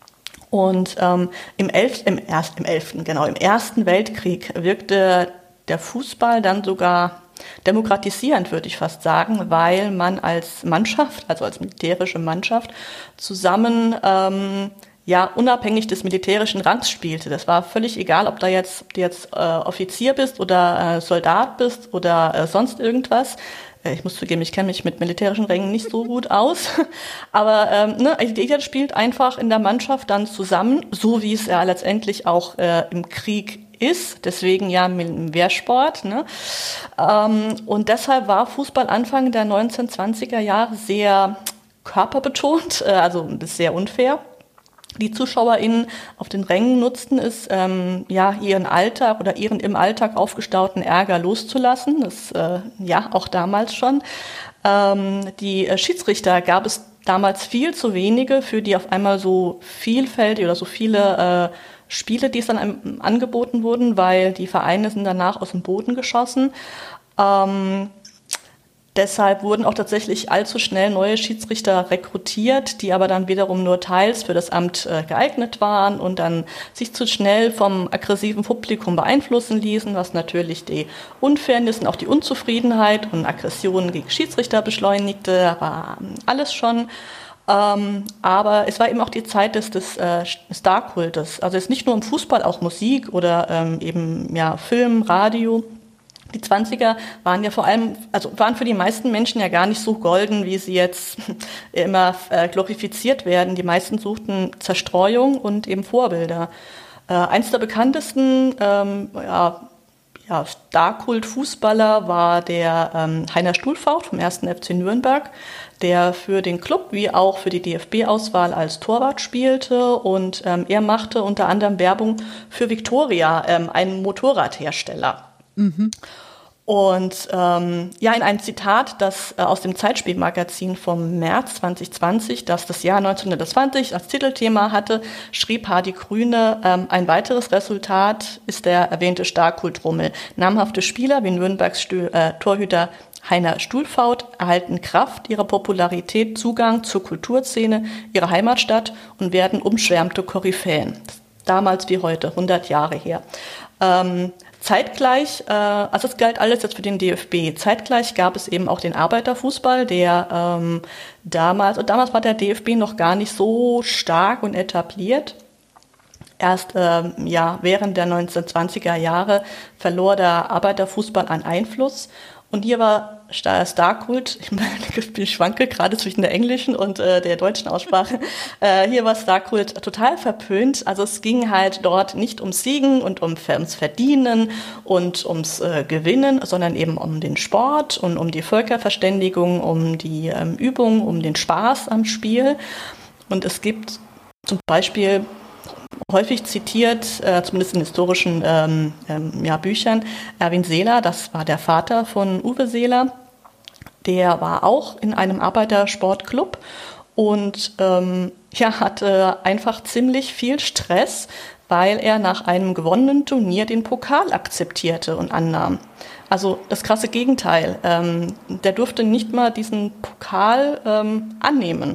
Und ähm, im, Elf, im, erst, im elften, genau, im Ersten Weltkrieg wirkte der Fußball dann sogar demokratisierend, würde ich fast sagen, weil man als Mannschaft, also als militärische Mannschaft, zusammen ähm, ja unabhängig des militärischen Rangs spielte. Das war völlig egal, ob, da jetzt, ob du jetzt äh, Offizier bist oder äh, Soldat bist oder äh, sonst irgendwas. Ich muss zugeben, ich kenne mich mit militärischen Rängen nicht so gut aus, aber ähm, ne, jeder spielt einfach in der Mannschaft dann zusammen, so wie es ja letztendlich auch äh, im Krieg ist, deswegen ja im Wehrsport. Ne? Ähm, und deshalb war Fußball Anfang der neunzehnhundertzwanziger Jahre sehr körperbetont, äh, also das ist sehr unfair. Die ZuschauerInnen auf den Rängen nutzten es, ähm, ja, ihren Alltag oder ihren im Alltag aufgestauten Ärger loszulassen. Das, äh, ja, auch damals schon. Ähm, die äh, Schiedsrichter gab es damals viel zu wenige für die auf einmal so vielfältige oder so viele äh, Spiele, die es dann einem angeboten wurden, weil die Vereine sind danach aus dem Boden geschossen. Ähm, Deshalb wurden auch tatsächlich allzu schnell neue Schiedsrichter rekrutiert, die aber dann wiederum nur teils für das Amt äh, geeignet waren und dann sich zu schnell vom aggressiven Publikum beeinflussen ließen, was natürlich die Unfairness und auch die Unzufriedenheit und Aggressionen gegen Schiedsrichter beschleunigte, war alles schon. Ähm, aber es war eben auch die Zeit des, des äh, Starkultes. Also jetzt nicht nur im Fußball, auch Musik oder ähm, eben ja Film, Radio. Die zwanziger waren ja vor allem, also waren für die meisten Menschen ja gar nicht so golden, wie sie jetzt immer äh, glorifiziert werden. Die meisten suchten Zerstreuung und eben Vorbilder. Äh, eins der bekanntesten ähm, ja, ja, Starkult-Fußballer war der ähm, Heiner Stuhlfaucht vom ersten F C Nürnberg, der für den Club wie auch für die D F B-Auswahl als Torwart spielte. Und ähm, er machte unter anderem Werbung für Victoria, ähm, einen Motorradhersteller. Mhm. Und ähm, ja, in einem Zitat, das äh, aus dem Zeitspielmagazin vom März zwanzig zwanzig, das das Jahr neunzehnhundertzwanzig als Titelthema hatte, schrieb Hardy Grüne, ähm, ein weiteres Resultat ist der erwähnte Starkult-Rummel. Namhafte Spieler wie Nürnbergs Stuhl, äh, Torhüter Heiner Stuhlfaucht erhalten Kraft ihrer Popularität Zugang zur Kulturszene ihrer Heimatstadt und werden umschwärmte Koryphäen. Damals wie heute, hundert Jahre her. Ähm, Zeitgleich, äh, also es galt alles jetzt für den D F B, zeitgleich gab es eben auch den Arbeiterfußball, der ähm, damals, und damals war der D F B noch gar nicht so stark und etabliert. Erst ähm, ja, während der neunzehnhundertzwanziger Jahre verlor der Arbeiterfußball an Einfluss. Und hier war Starkult, ich schwanke gerade zwischen der englischen und äh, der deutschen Aussprache, äh, hier war Starkult total verpönt. Also es ging halt dort nicht ums Siegen und um, ums Verdienen und ums äh, Gewinnen, sondern eben um den Sport und um die Völkerverständigung, um die ähm, Übung, um den Spaß am Spiel. Und es gibt zum Beispiel häufig zitiert, äh, zumindest in historischen ähm, ähm, ja, Büchern, Erwin Seeler, das war der Vater von Uwe Seeler, der war auch in einem Arbeitersportclub und ähm, ja, hatte einfach ziemlich viel Stress, weil er nach einem gewonnenen Turnier den Pokal akzeptierte und annahm. Also das krasse Gegenteil, ähm, der durfte nicht mal diesen Pokal ähm, annehmen.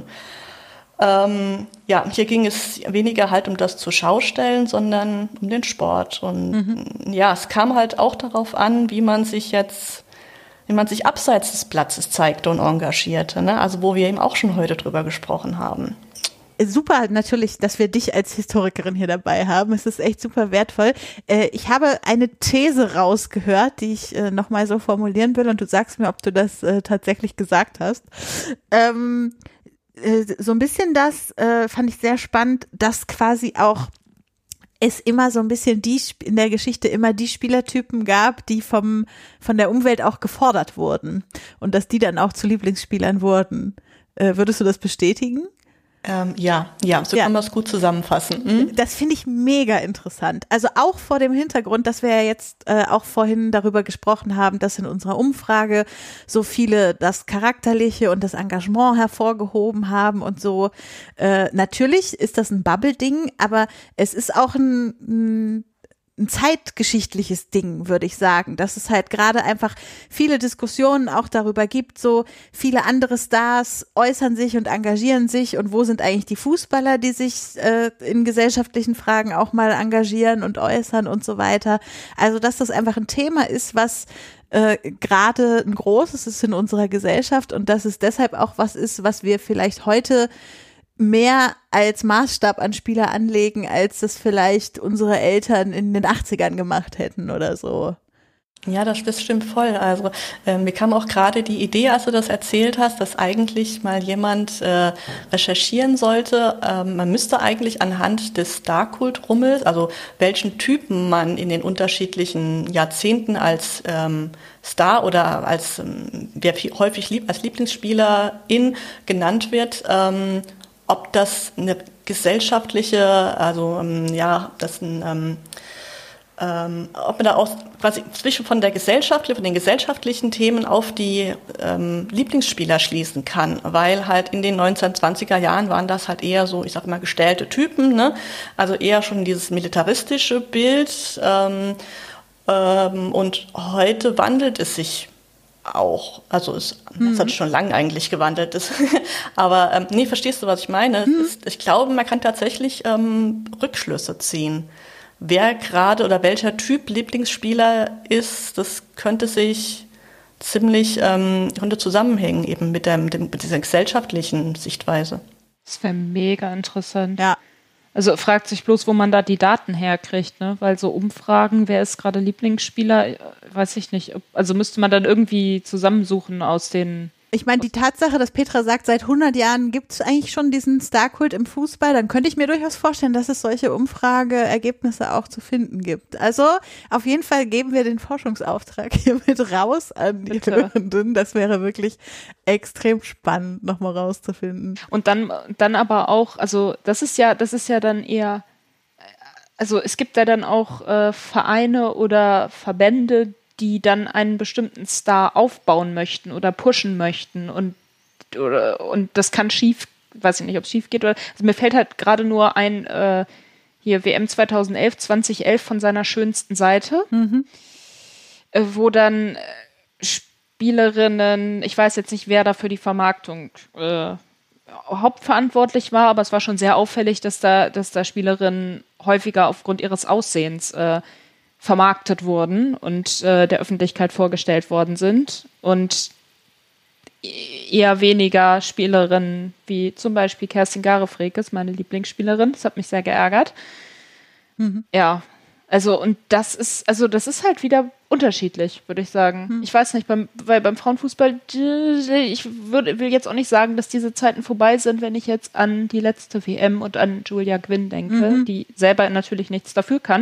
Ähm, ja, hier ging es weniger halt um das Zuschaustellen, sondern um den Sport. Und mhm. ja, es kam halt auch darauf an, wie man sich jetzt, wie man sich abseits des Platzes zeigte und engagierte, ne? Also wo wir eben auch schon heute drüber gesprochen haben. Super natürlich, dass wir dich als Historikerin hier dabei haben. Es ist echt super wertvoll. Ich habe eine These rausgehört, die ich nochmal so formulieren will und du sagst mir, ob du das tatsächlich gesagt hast. Ähm, so ein bisschen das äh, fand ich sehr spannend, dass quasi auch es immer so ein bisschen die in der Geschichte immer die Spielertypen gab, die vom von der Umwelt auch gefordert wurden und dass die dann auch zu Lieblingsspielern wurden. Äh, würdest du das bestätigen? Ähm, ja, ja, so ja. Kann man es gut zusammenfassen. Mhm. Das finde ich mega interessant. Also auch vor dem Hintergrund, dass wir ja jetzt äh, auch vorhin darüber gesprochen haben, dass in unserer Umfrage so viele das Charakterliche und das Engagement hervorgehoben haben und so. Äh, natürlich ist das ein Bubble-Ding, aber es ist auch ein, ein ein zeitgeschichtliches Ding, würde ich sagen, dass es halt gerade einfach viele Diskussionen auch darüber gibt, so viele andere Stars äußern sich und engagieren sich und wo sind eigentlich die Fußballer, die sich äh, in gesellschaftlichen Fragen auch mal engagieren und äußern und so weiter. Also, dass das einfach ein Thema ist, was äh, gerade ein großes ist in unserer Gesellschaft und dass es deshalb auch was ist, was wir vielleicht heute mehr als Maßstab an Spieler anlegen, als das vielleicht unsere Eltern in den achtzigern gemacht hätten oder so. Ja, das, das stimmt voll. Also äh, mir kam auch gerade die Idee, als du das erzählt hast, dass eigentlich mal jemand äh, recherchieren sollte. Ähm, man müsste eigentlich anhand des Starkult-Rummels, also welchen Typen man in den unterschiedlichen Jahrzehnten als ähm, Star oder als ähm, wer viel, häufig lieb, als Lieblingsspielerin genannt wird, ähm, ob das eine gesellschaftliche, also ähm, ja, das ein ähm, ähm, ob man da auch quasi zwischen von der Gesellschaft, von den gesellschaftlichen Themen auf die ähm, Lieblingsspieler schließen kann, weil halt in den neunzehnhundertzwanziger Jahren waren das halt eher so, ich sag mal, gestellte Typen, ne? Also eher schon dieses militaristische Bild ähm, ähm, und heute wandelt es sich auch. Also es, mhm. das hat schon lange eigentlich gewandelt. Das, aber ähm, nee, verstehst du, was ich meine? Mhm. Ist, ich glaube, man kann tatsächlich ähm, Rückschlüsse ziehen. Wer gerade oder welcher Typ Lieblingsspieler ist, das könnte sich ziemlich ähm, könnte zusammenhängen eben mit, der, mit, dem, mit dieser gesellschaftlichen Sichtweise. Das wäre mega interessant. Ja. Also fragt sich bloß, wo man da die Daten herkriegt, ne? Weil so Umfragen, wer ist gerade Lieblingsspieler, weiß ich nicht. Also müsste man dann irgendwie zusammensuchen aus den... Ich meine, die Tatsache, dass Petra sagt, seit hundert Jahren gibt es eigentlich schon diesen Starkult im Fußball, dann könnte ich mir durchaus vorstellen, dass es solche Umfrageergebnisse auch zu finden gibt. Also auf jeden Fall geben wir den Forschungsauftrag hier mit raus an die Bitte. Hörenden. Das wäre wirklich extrem spannend, nochmal rauszufinden. Und dann, dann aber auch, also das ist ja, das ist ja dann eher, also es gibt ja dann auch äh, Vereine oder Verbände, die dann einen bestimmten Star aufbauen möchten oder pushen möchten und, oder, und das kann schief, weiß ich nicht, ob es schief geht oder, also mir fällt halt gerade nur ein, äh, hier W M zweitausendelf, zweitausendelf von seiner schönsten Seite, mhm. äh, wo dann Spielerinnen, ich weiß jetzt nicht, wer da für die Vermarktung äh, hauptverantwortlich war, aber es war schon sehr auffällig, dass da, dass da Spielerinnen häufiger aufgrund ihres Aussehens äh, vermarktet wurden und äh, der Öffentlichkeit vorgestellt worden sind und eher weniger Spielerinnen wie zum Beispiel Kerstin Garefrekes, meine Lieblingsspielerin. Das hat mich sehr geärgert. Mhm. Ja, also und das ist, also das ist halt wieder unterschiedlich, würde ich sagen. Mhm. Ich weiß nicht, beim, weil beim Frauenfußball, ich würd, will jetzt auch nicht sagen, dass diese Zeiten vorbei sind, wenn ich jetzt an die letzte W M und an Julia Gwynn denke, mhm. die selber natürlich nichts dafür kann.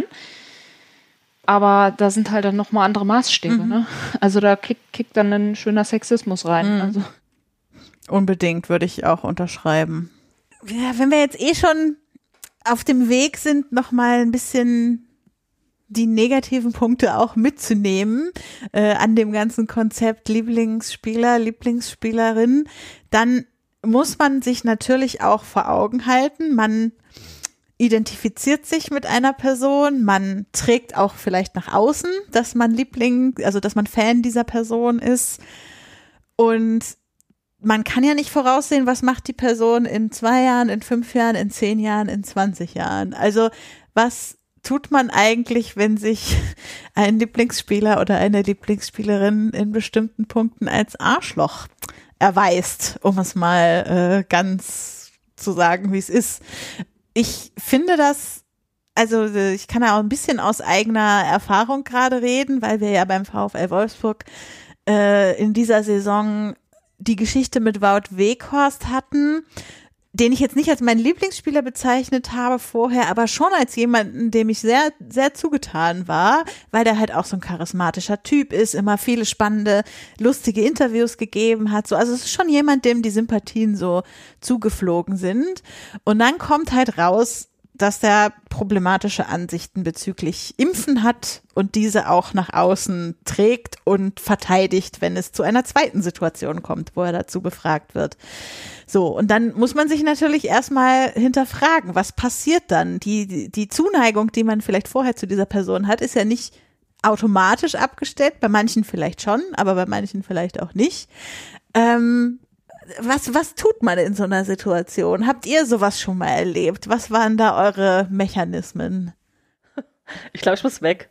Aber da sind halt dann nochmal andere Maßstäbe, mhm. ne? Also da kickt, kickt dann ein schöner Sexismus rein. Mhm. Also. Unbedingt, würde ich auch unterschreiben. Ja, wenn wir jetzt eh schon auf dem Weg sind, nochmal ein bisschen die negativen Punkte auch mitzunehmen äh, an dem ganzen Konzept Lieblingsspieler, Lieblingsspielerin, dann muss man sich natürlich auch vor Augen halten, man identifiziert sich mit einer Person, man trägt auch vielleicht nach außen, dass man Liebling, also dass man Fan dieser Person ist und man kann ja nicht voraussehen, was macht die Person in zwei Jahren, in fünf Jahren, in zehn Jahren, in zwanzig Jahren. Also was tut man eigentlich, wenn sich ein Lieblingsspieler oder eine Lieblingsspielerin in bestimmten Punkten als Arschloch erweist, um es mal äh, ganz zu sagen, wie es ist. Ich finde das, also ich kann ja auch ein bisschen aus eigener Erfahrung gerade reden, weil wir ja beim VfL Wolfsburg äh, in dieser Saison die Geschichte mit Wout Weghorst hatten, den ich jetzt nicht als meinen Lieblingsspieler bezeichnet habe vorher, aber schon als jemanden, dem ich sehr, sehr zugetan war, weil der halt auch so ein charismatischer Typ ist, immer viele spannende, lustige Interviews gegeben hat. So, also es ist schon jemand, dem die Sympathien so zugeflogen sind. Und dann kommt halt raus, dass er problematische Ansichten bezüglich Impfen hat und diese auch nach außen trägt und verteidigt, wenn es zu einer zweiten Situation kommt, wo er dazu befragt wird. So, und dann muss man sich natürlich erstmal hinterfragen, was passiert dann? Die, die Zuneigung, die man vielleicht vorher zu dieser Person hat, ist ja nicht automatisch abgestellt, bei manchen vielleicht schon, aber bei manchen vielleicht auch nicht. Ähm, Was, was tut man in so einer Situation? Habt ihr sowas schon mal erlebt? Was waren da eure Mechanismen? Ich glaube, ich muss weg.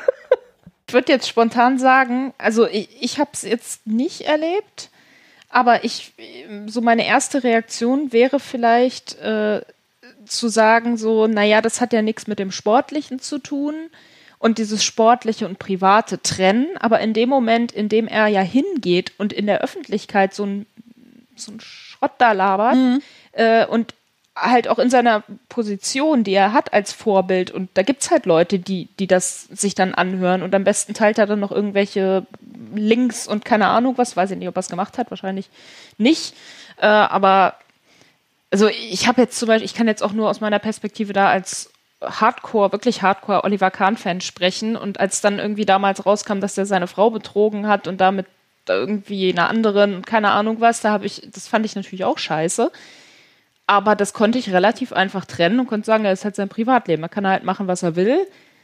Ich würde jetzt spontan sagen, also ich, ich habe es jetzt nicht erlebt, aber ich, so meine erste Reaktion wäre vielleicht äh, zu sagen so, naja, das hat ja nichts mit dem Sportlichen zu tun und dieses Sportliche und Private trennen, aber in dem Moment, in dem er ja hingeht und in der Öffentlichkeit so ein so ein Schrott da labert mhm. äh, und halt auch in seiner Position, die er hat als Vorbild und da gibt's halt Leute, die die das sich dann anhören und am besten teilt er dann noch irgendwelche Links und keine Ahnung was, weiß ich nicht, ob er es gemacht hat, wahrscheinlich nicht, äh, aber also ich habe jetzt zum Beispiel, ich kann jetzt auch nur aus meiner Perspektive da als Hardcore, wirklich Hardcore Oliver Kahn-Fan sprechen und als dann irgendwie damals rauskam, dass er seine Frau betrogen hat und damit irgendwie einer anderen, keine Ahnung was, da habe ich, das fand ich natürlich auch scheiße, aber das konnte ich relativ einfach trennen und konnte sagen, er ist halt sein Privatleben, er kann halt machen, was er will,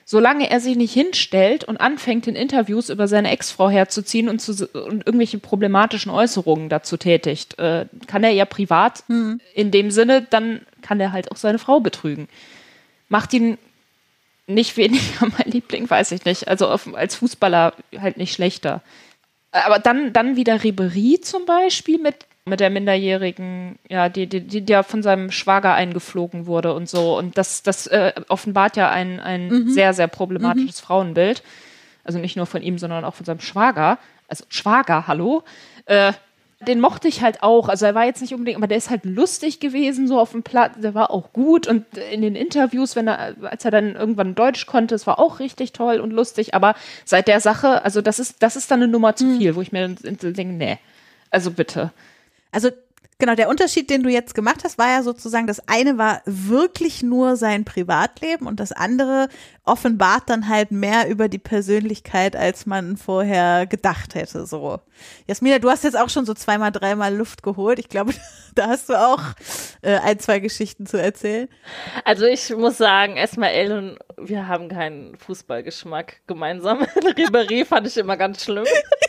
solange er sich nicht hinstellt und anfängt, in Interviews über seine Ex-Frau herzuziehen und, zu, und irgendwelche problematischen Äußerungen dazu tätigt, äh, kann er ja privat hm. in dem Sinne, dann kann er halt auch seine Frau betrügen. Macht ihn nicht weniger mein Liebling, weiß ich nicht. Also auf, als Fußballer halt nicht schlechter. Aber dann, dann wieder Ribéry zum Beispiel mit mit der Minderjährigen, ja, die, die, die, die ja von seinem Schwager eingeflogen wurde und so. Und das, das äh, offenbart ja ein, ein mhm. sehr, sehr problematisches mhm. Frauenbild. Also nicht nur von ihm, sondern auch von seinem Schwager. Also Schwager, hallo? Äh, den mochte ich halt auch. Also er war jetzt nicht unbedingt, aber der ist halt lustig gewesen, so auf dem Platz. Der war auch gut. Und in den Interviews, wenn er, als er dann irgendwann Deutsch konnte, es war auch richtig toll und lustig. Aber seit der Sache, also das ist, das ist dann eine Nummer zu mhm. viel, wo ich mir denke, nee, also bitte. Also genau, der Unterschied, den du jetzt gemacht hast, war ja sozusagen, das eine war wirklich nur sein Privatleben und das andere offenbart dann halt mehr über die Persönlichkeit, als man vorher gedacht hätte. So, Jasmina, du hast jetzt auch schon so zweimal, dreimal Luft geholt. Ich glaube, da hast du auch äh, ein, zwei Geschichten zu erzählen. Also ich muss sagen, Esmael und wir haben keinen Fußballgeschmack gemeinsam. Ribéry fand ich immer ganz schlimm.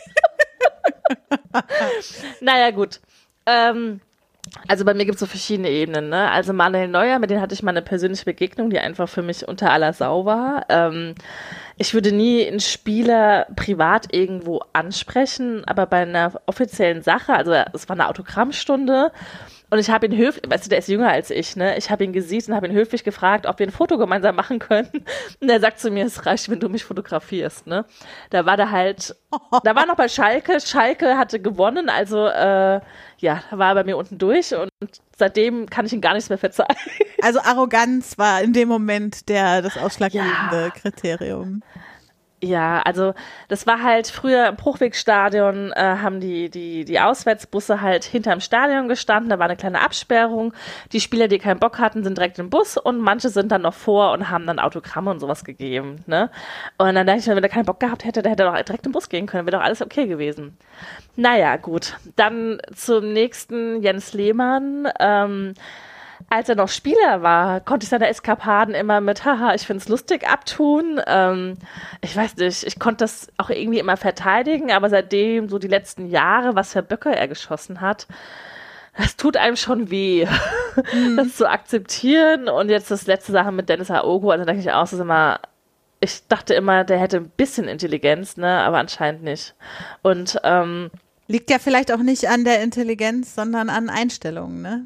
Naja, gut. Ähm, also bei mir gibt es so verschiedene Ebenen, ne? Also Manuel Neuer, mit dem hatte ich mal eine persönliche Begegnung, die einfach für mich unter aller Sau war. Ähm, ich würde nie einen Spieler privat irgendwo ansprechen, aber bei einer offiziellen Sache, also es war eine Autogrammstunde und ich habe ihn höflich, weißt du, der ist jünger als ich, ne? Ich habe ihn gesiezt und habe ihn höflich gefragt, ob wir ein Foto gemeinsam machen können. Und er sagt zu mir, es reicht, wenn du mich fotografierst, ne? Da war der halt, da war noch bei Schalke, Schalke hatte gewonnen, also äh, ja, da war er bei mir unten durch und seitdem kann ich ihm gar nichts mehr verzeihen. Also Arroganz war in dem Moment der das ausschlaggebende ja. Kriterium. Ja, also das war halt früher im Bruchwegstadion, äh, haben die, die, die Auswärtsbusse halt hinterm Stadion gestanden, da war eine kleine Absperrung. Die Spieler, die keinen Bock hatten, sind direkt im Bus und manche sind dann noch vor und haben dann Autogramme und sowas gegeben, ne? Und dann dachte ich mir, wenn er keinen Bock gehabt hätte, dann hätte er doch direkt im Bus gehen können, wäre doch alles okay gewesen. Naja, gut. Dann zum nächsten, Jens Lehmann, ähm, als er noch Spieler war, konnte ich seine Eskapaden immer mit, haha, ich find's lustig abtun. Ähm, ich weiß nicht, ich konnte das auch irgendwie immer verteidigen, aber seitdem so die letzten Jahre, was für Böcke er geschossen hat, das tut einem schon weh, mhm. das zu akzeptieren. Und jetzt das letzte Sache mit Dennis Aogo, also denke ich auch, das ist immer, ich dachte immer, der hätte ein bisschen Intelligenz, ne, aber anscheinend nicht. Und ähm, liegt ja vielleicht auch nicht an der Intelligenz, sondern an Einstellungen, ne?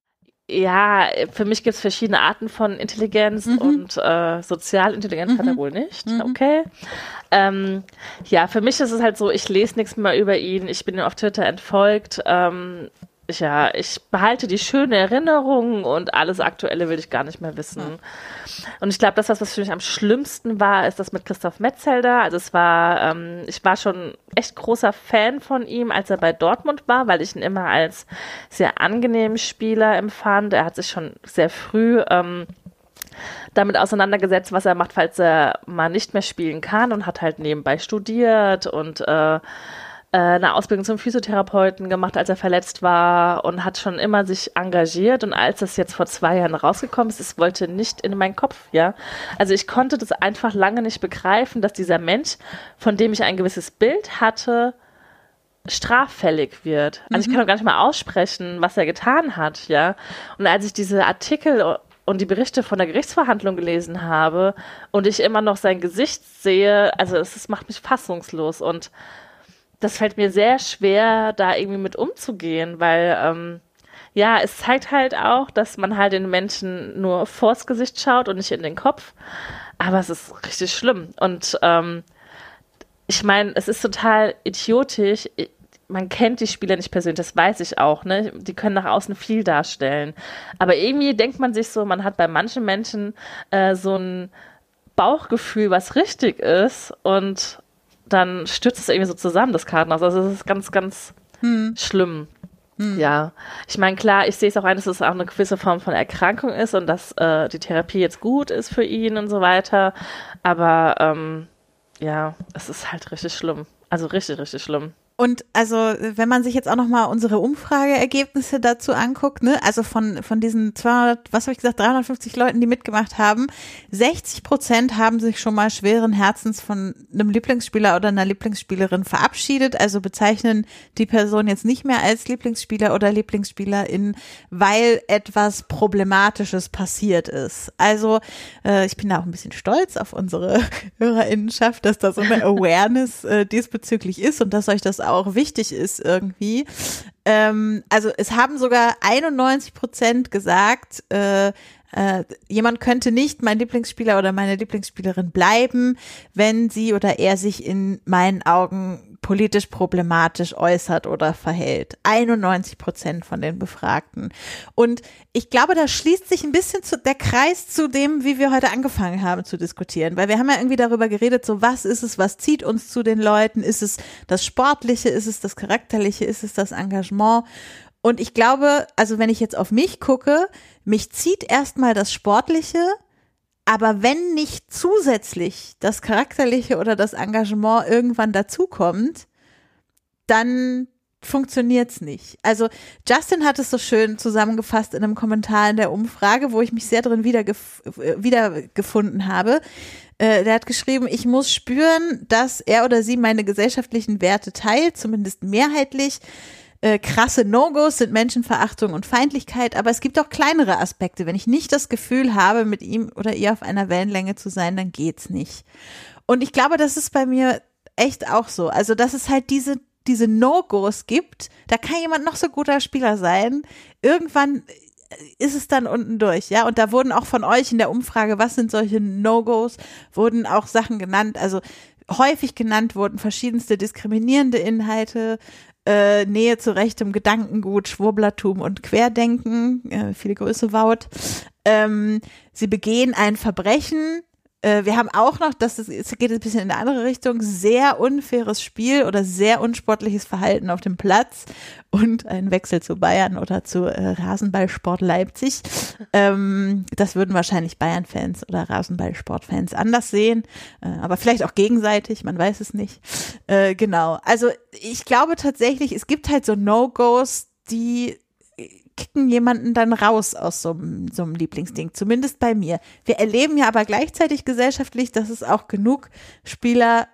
Ja, für mich gibt es verschiedene Arten von Intelligenz mhm. und äh, Sozialintelligenz mhm. hat er wohl nicht. Mhm. Okay. Ähm, ja, für mich ist es halt so, ich lese nichts mehr über ihn, ich bin ihm auf Twitter entfolgt. Ähm, ich, ja, ich behalte die schönen Erinnerungen und alles Aktuelle will ich gar nicht mehr wissen. Mhm. Und ich glaube, das, was für mich am schlimmsten war, ist das mit Christoph Metzelder. Also es war, ähm, ich war schon echt großer Fan von ihm, als er bei Dortmund war, weil ich ihn immer als sehr angenehmen Spieler empfand. Er hat sich schon sehr früh ähm, damit auseinandergesetzt, was er macht, falls er mal nicht mehr spielen kann und hat halt nebenbei studiert und äh, eine Ausbildung zum Physiotherapeuten gemacht, als er verletzt war und hat schon immer sich engagiert und als das jetzt vor zwei Jahren rausgekommen ist, es wollte nicht in meinen Kopf, ja. Also ich konnte das einfach lange nicht begreifen, dass dieser Mensch, von dem ich ein gewisses Bild hatte, straffällig wird. Also mhm. ich kann auch gar nicht mal aussprechen, was er getan hat, ja. Und als ich diese Artikel und die Berichte von der Gerichtsverhandlung gelesen habe und ich immer noch sein Gesicht sehe, also es, es macht mich fassungslos und das fällt mir sehr schwer, da irgendwie mit umzugehen, weil, ähm, ja, es zeigt halt auch, dass man halt den Menschen nur vors Gesicht schaut und nicht in den Kopf. Aber es ist richtig schlimm. Und ähm, ich meine, es ist total idiotisch. Man kennt die Spieler nicht persönlich, das weiß ich auch, ne? Die können nach außen viel darstellen. Aber irgendwie denkt man sich so, man hat bei manchen Menschen äh, so ein Bauchgefühl, was richtig ist und dann stürzt es irgendwie so zusammen, das Kartenhaus. Also es ist ganz, ganz hm. schlimm. Hm. Ja, ich meine, klar, ich sehe es auch ein, dass es auch eine gewisse Form von Erkrankung ist und dass äh, die Therapie jetzt gut ist für ihn und so weiter. Aber ähm, ja, es ist halt richtig schlimm. Also richtig, richtig schlimm. Und also, wenn man sich jetzt auch nochmal unsere Umfrageergebnisse dazu anguckt, ne, also von, von diesen zweihundert, was habe ich gesagt, dreihundertfünfzig Leuten, die mitgemacht haben, sechzig Prozent haben sich schon mal schweren Herzens von einem Lieblingsspieler oder einer Lieblingsspielerin verabschiedet, also bezeichnen die Person jetzt nicht mehr als Lieblingsspieler oder Lieblingsspielerin, weil etwas Problematisches passiert ist. Also, äh, ich bin da auch ein bisschen stolz auf unsere HörerInnenschaft, dass da so eine Awareness äh, diesbezüglich ist und dass euch das auch wichtig ist irgendwie. Ähm, also es haben sogar einundneunzig Prozent gesagt, äh, äh, jemand könnte nicht mein Lieblingsspieler oder meine Lieblingsspielerin bleiben, wenn sie oder er sich in meinen Augen politisch problematisch äußert oder verhält. einundneunzig Prozent von den Befragten. Und ich glaube, da schließt sich ein bisschen zu, der Kreis zu dem, wie wir heute angefangen haben zu diskutieren. Weil wir haben ja irgendwie darüber geredet, so was ist es, was zieht uns zu den Leuten? Ist es das Sportliche? Ist es das Charakterliche? Ist es das Engagement? Und ich glaube, also wenn ich jetzt auf mich gucke, mich zieht erstmal das Sportliche, aber wenn nicht zusätzlich das Charakterliche oder das Engagement irgendwann dazukommt, dann funktioniert's nicht. Also Justin hat es so schön zusammengefasst in einem Kommentar in der Umfrage, wo ich mich sehr drin wiedergef- wiedergefunden habe. Äh, der hat geschrieben, ich muss spüren, dass er oder sie meine gesellschaftlichen Werte teilt, zumindest mehrheitlich. Äh, krasse No-Gos sind Menschenverachtung und Feindlichkeit, aber es gibt auch kleinere Aspekte. Wenn ich nicht das Gefühl habe, mit ihm oder ihr auf einer Wellenlänge zu sein, dann geht's nicht. Und ich glaube, das ist bei mir echt auch so. Also, dass es halt diese, diese No-Gos gibt, da kann jemand noch so guter Spieler sein. Irgendwann ist es dann unten durch, ja. Und da wurden auch von euch in der Umfrage, was sind solche No-Gos, wurden auch Sachen genannt. Also, häufig genannt wurden verschiedenste diskriminierende Inhalte, Äh, Nähe zu rechtem Gedankengut, Schwurblertum und Querdenken, äh, viele Grüße, Wout. Ähm, sie begehen ein Verbrechen. Äh, wir haben auch noch, das ist, es geht ein bisschen in eine andere Richtung, sehr unfaires Spiel oder sehr unsportliches Verhalten auf dem Platz und ein Wechsel zu Bayern oder zu äh, Rasenballsport Leipzig. Ähm, das würden wahrscheinlich Bayern-Fans oder Rasenballsport-Fans anders sehen, äh, aber vielleicht auch gegenseitig, man weiß es nicht. Äh, genau, also ich glaube tatsächlich, es gibt halt so No-Gos, die kicken jemanden dann raus aus so, so einem Lieblingsding, zumindest bei mir. Wir erleben ja aber gleichzeitig gesellschaftlich, dass es auch genug Spieler,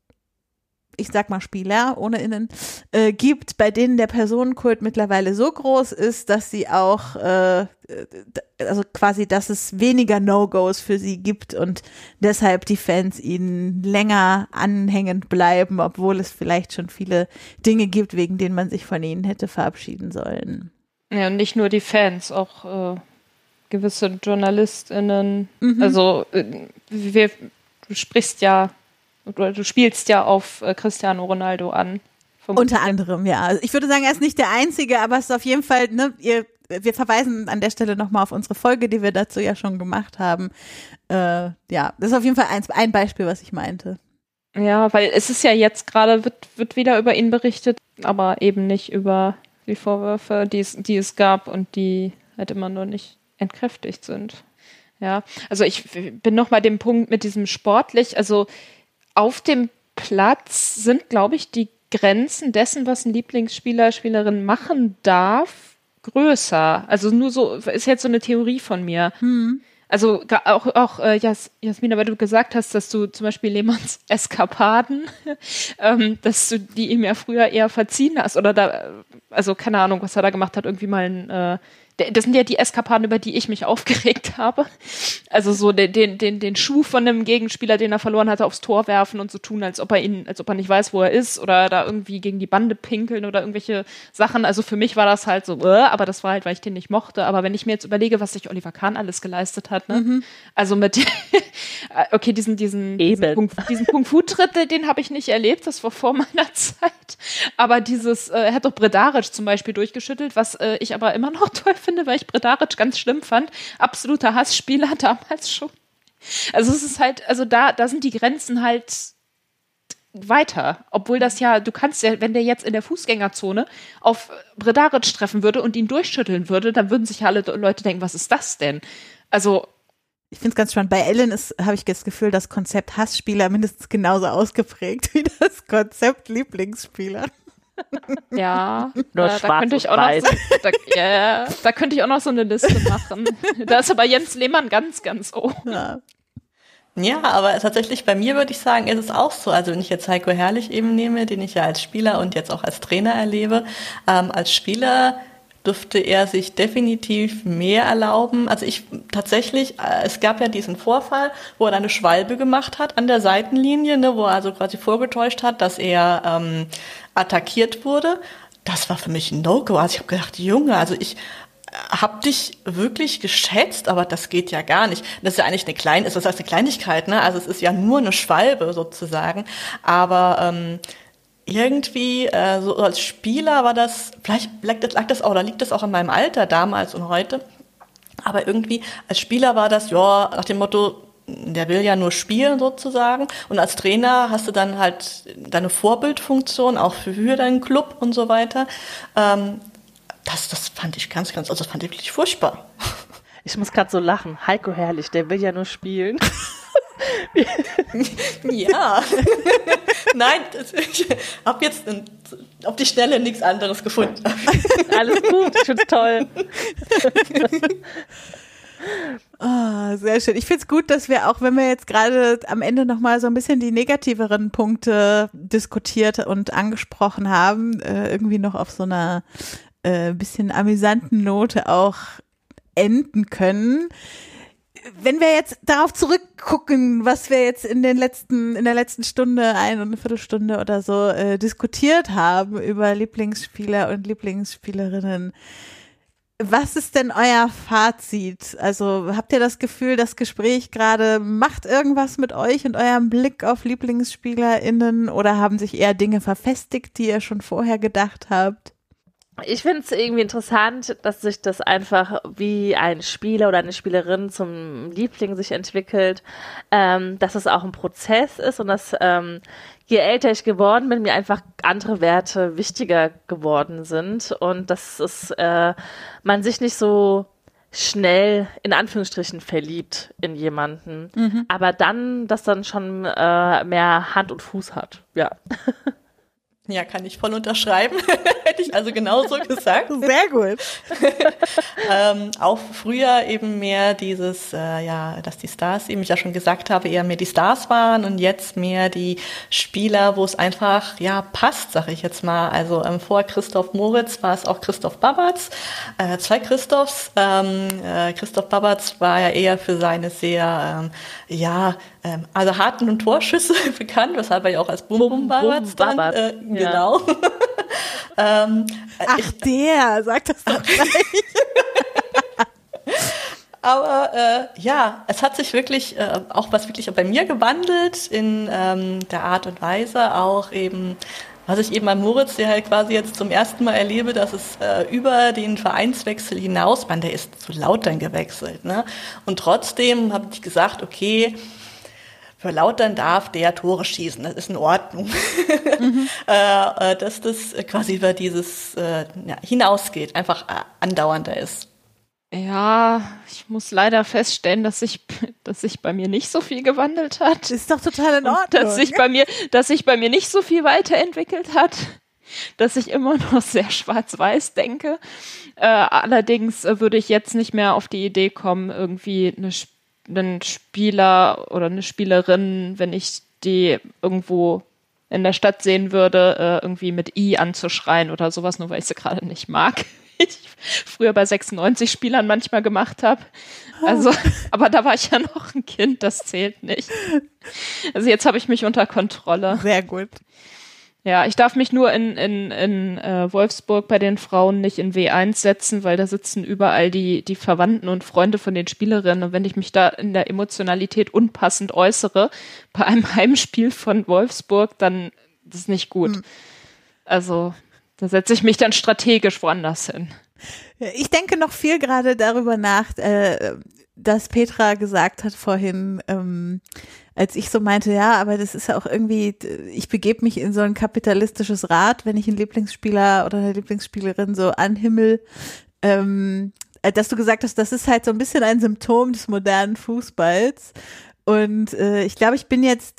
ich sag mal Spieler ohne Innen, äh, gibt, bei denen der Personenkult mittlerweile so groß ist, dass sie auch, äh, also quasi, dass es weniger No-Gos für sie gibt und deshalb die Fans ihnen länger anhängend bleiben, obwohl es vielleicht schon viele Dinge gibt, wegen denen man sich von ihnen hätte verabschieden sollen. Ja, und nicht nur die Fans, auch äh, gewisse JournalistInnen. Mhm. Also, äh, wir, du sprichst ja, oder du spielst ja auf äh, Cristiano Ronaldo an. Unter anderem, ja. Also ich würde sagen, er ist nicht der Einzige, aber es ist auf jeden Fall, ne, ihr, wir verweisen an der Stelle nochmal auf unsere Folge, die wir dazu ja schon gemacht haben. Äh, ja, das ist auf jeden Fall ein, ein Beispiel, was ich meinte. Ja, weil es ist ja jetzt gerade, wird, wird wieder über ihn berichtet, aber eben nicht über die Vorwürfe, die es, die es gab und die halt immer nur nicht entkräftigt sind. Ja, also ich bin noch mal dem Punkt mit diesem sportlich, also auf dem Platz sind, glaube ich, die Grenzen dessen, was ein Lieblingsspieler, Spielerin machen darf, größer. Also nur so, ist jetzt so eine Theorie von mir. Hm. Also auch, auch äh, Jas, Jasmina, weil du gesagt hast, dass du zum Beispiel Lehmanns Eskapaden, ähm, dass du die ihm ja früher eher verziehen hast oder da, also keine Ahnung, was er da gemacht hat, irgendwie mal ein, äh, das sind ja die Eskapaden, über die ich mich aufgeregt habe. Also so den, den, den, den Schuh von einem Gegenspieler, den er verloren hatte, aufs Tor werfen und so tun, als ob er ihn, als ob er nicht weiß, wo er ist oder da irgendwie gegen die Bande pinkeln oder irgendwelche Sachen. Also für mich war das halt so, äh, aber das war halt, weil ich den nicht mochte. Aber wenn ich mir jetzt überlege, was sich Oliver Kahn alles geleistet hat, ne? Mhm. Also mit, okay, diesen, diesen, diesen Kung, diesen Kung-Fu-Tritt, den habe ich nicht erlebt, das war vor meiner Zeit. Aber dieses, äh, er hat doch Bredaric zum Beispiel durchgeschüttelt, was äh, ich aber immer noch toll finde, weil ich Bredaric ganz schlimm fand. Absoluter Hassspieler damals schon. Also es ist halt, also da, da sind die Grenzen halt weiter. Obwohl das ja, du kannst ja, wenn der jetzt in der Fußgängerzone auf Bredaric treffen würde und ihn durchschütteln würde, dann würden sich ja alle Leute denken, was ist das denn? Also ich finde es ganz spannend. Bei Ellen ist, habe ich das Gefühl, das Konzept Hassspieler mindestens genauso ausgeprägt wie das Konzept Lieblingsspieler. Ja, Nur da, da schwarz könnte ich und auch noch weiß. so, da, ja, da könnte ich auch noch so eine Liste machen. Da ist aber Jens Lehmann ganz, ganz oben. Ja. Ja, aber tatsächlich bei mir würde ich sagen, ist es auch so. Also wenn ich jetzt Heiko Herrlich eben nehme, den ich ja als Spieler und jetzt auch als Trainer erlebe, ähm, als Spieler dürfte er sich definitiv mehr erlauben. Also ich tatsächlich, äh, es gab ja diesen Vorfall, wo er eine Schwalbe gemacht hat an der Seitenlinie, ne, wo er also quasi vorgetäuscht hat, dass er ähm, attackiert wurde. Das war für mich ein No-Go. Also ich habe gedacht, Junge, also ich hab dich wirklich geschätzt, aber das geht ja gar nicht. Das ist ja eigentlich eine kleine, ist das heißt eine Kleinigkeit, ne? Also es ist ja nur eine Schwalbe sozusagen, aber ähm, irgendwie äh, so als Spieler war das, vielleicht lag das, lag das auch, oder liegt das auch an meinem Alter damals und heute, aber irgendwie als Spieler war das, ja, nach dem Motto, der will ja nur spielen sozusagen, und als Trainer hast du dann halt deine Vorbildfunktion auch für, für deinen Club und so weiter. Ähm, Das, das fand ich ganz, ganz, also das fand ich wirklich furchtbar. Ich muss gerade so lachen. Heiko Herrlich, der will ja nur spielen. Ja. Nein, das, ich habe jetzt auf die Schnelle nichts anderes gefunden. Alles gut, ich find's toll. Oh, sehr schön. Ich finde es gut, dass wir auch, wenn wir jetzt gerade am Ende nochmal so ein bisschen die negativeren Punkte diskutiert und angesprochen haben, äh, irgendwie noch auf so einer äh, bisschen amüsanten Note auch enden können. Wenn wir jetzt darauf zurückgucken, was wir jetzt in den letzten, in der letzten Stunde, eine und eine Viertelstunde oder so äh, diskutiert haben über Lieblingsspieler und Lieblingsspielerinnen, was ist denn euer Fazit? Also habt ihr das Gefühl, das Gespräch gerade macht irgendwas mit euch und eurem Blick auf LieblingsspielerInnen, oder haben sich eher Dinge verfestigt, die ihr schon vorher gedacht habt? Ich finde es irgendwie interessant, dass sich das einfach wie ein Spieler oder eine Spielerin zum Liebling sich entwickelt, ähm, dass es auch ein Prozess ist und dass ähm, je älter ich geworden bin, mir einfach andere Werte wichtiger geworden sind und dass es, äh, man sich nicht so schnell in Anführungsstrichen verliebt in jemanden, mhm. aber dann, dass dann schon äh, mehr Hand und Fuß hat, ja. Ja, kann ich voll unterschreiben. Hätte ich also genauso gesagt. Sehr gut. ähm, auch früher eben mehr dieses, äh, ja, dass die Stars, eben ich ja schon gesagt habe, eher mehr die Stars waren und jetzt mehr die Spieler, wo es einfach, ja, passt, sag ich jetzt mal. Also ähm, vor Christoph Moritz war es auch Christoph Babatz, äh, zwei Christophs. Ähm, äh, Christoph Babatz war ja eher für seine sehr, ähm, ja, ähm, also harten und Torschüsse bekannt, weshalb er ja auch als Bum Bum Babatz dann, äh, ja. genau. ähm, Ach, ich, der, sag das doch gleich. Aber äh, ja, es hat sich wirklich äh, auch was wirklich bei mir gewandelt in ähm, der Art und Weise, auch eben, was ich eben an Moritz, der halt quasi jetzt zum ersten Mal erlebe, dass es äh, über den Vereinswechsel hinaus, man, der ist zu Lautern gewechselt, ne? Und trotzdem habe ich gesagt, okay, für Lautern darf der Tore schießen, das ist in Ordnung. Mhm. äh, dass das quasi über dieses äh, ja, hinausgeht, einfach äh, andauernder ist. Ja, ich muss leider feststellen, dass sich, dass sich bei mir nicht so viel gewandelt hat. Das ist doch total in Ordnung. Und dass sich bei mir, dass sich bei mir nicht so viel weiterentwickelt hat, dass ich immer noch sehr schwarz-weiß denke. Äh, allerdings äh, würde ich jetzt nicht mehr auf die Idee kommen, irgendwie eine, einen Spieler oder eine Spielerin, wenn ich die irgendwo in der Stadt sehen würde, äh, irgendwie mit I anzuschreien oder sowas, nur weil ich sie gerade nicht mag. Ich früher bei sechsundneunzig Spielern manchmal gemacht habe. Also, aber da war ich ja noch ein Kind, das zählt nicht. Also jetzt habe ich mich unter Kontrolle. Sehr gut. Ja, ich darf mich nur in, in, in äh, Wolfsburg bei den Frauen nicht in W eins setzen, weil da sitzen überall die, die Verwandten und Freunde von den Spielerinnen. Und wenn ich mich da in der Emotionalität unpassend äußere bei einem Heimspiel von Wolfsburg, dann ist es nicht gut. Hm. Also da setze ich mich dann strategisch woanders hin. Ich denke noch viel gerade darüber nach, äh, dass Petra gesagt hat vorhin, ähm, als ich so meinte, ja, aber das ist ja auch irgendwie, ich begebe mich in so ein kapitalistisches Rad, wenn ich einen Lieblingsspieler oder eine Lieblingsspielerin so anhimmel, ähm, dass du gesagt hast, das ist halt so ein bisschen ein Symptom des modernen Fußballs. Und äh, ich glaube, ich bin jetzt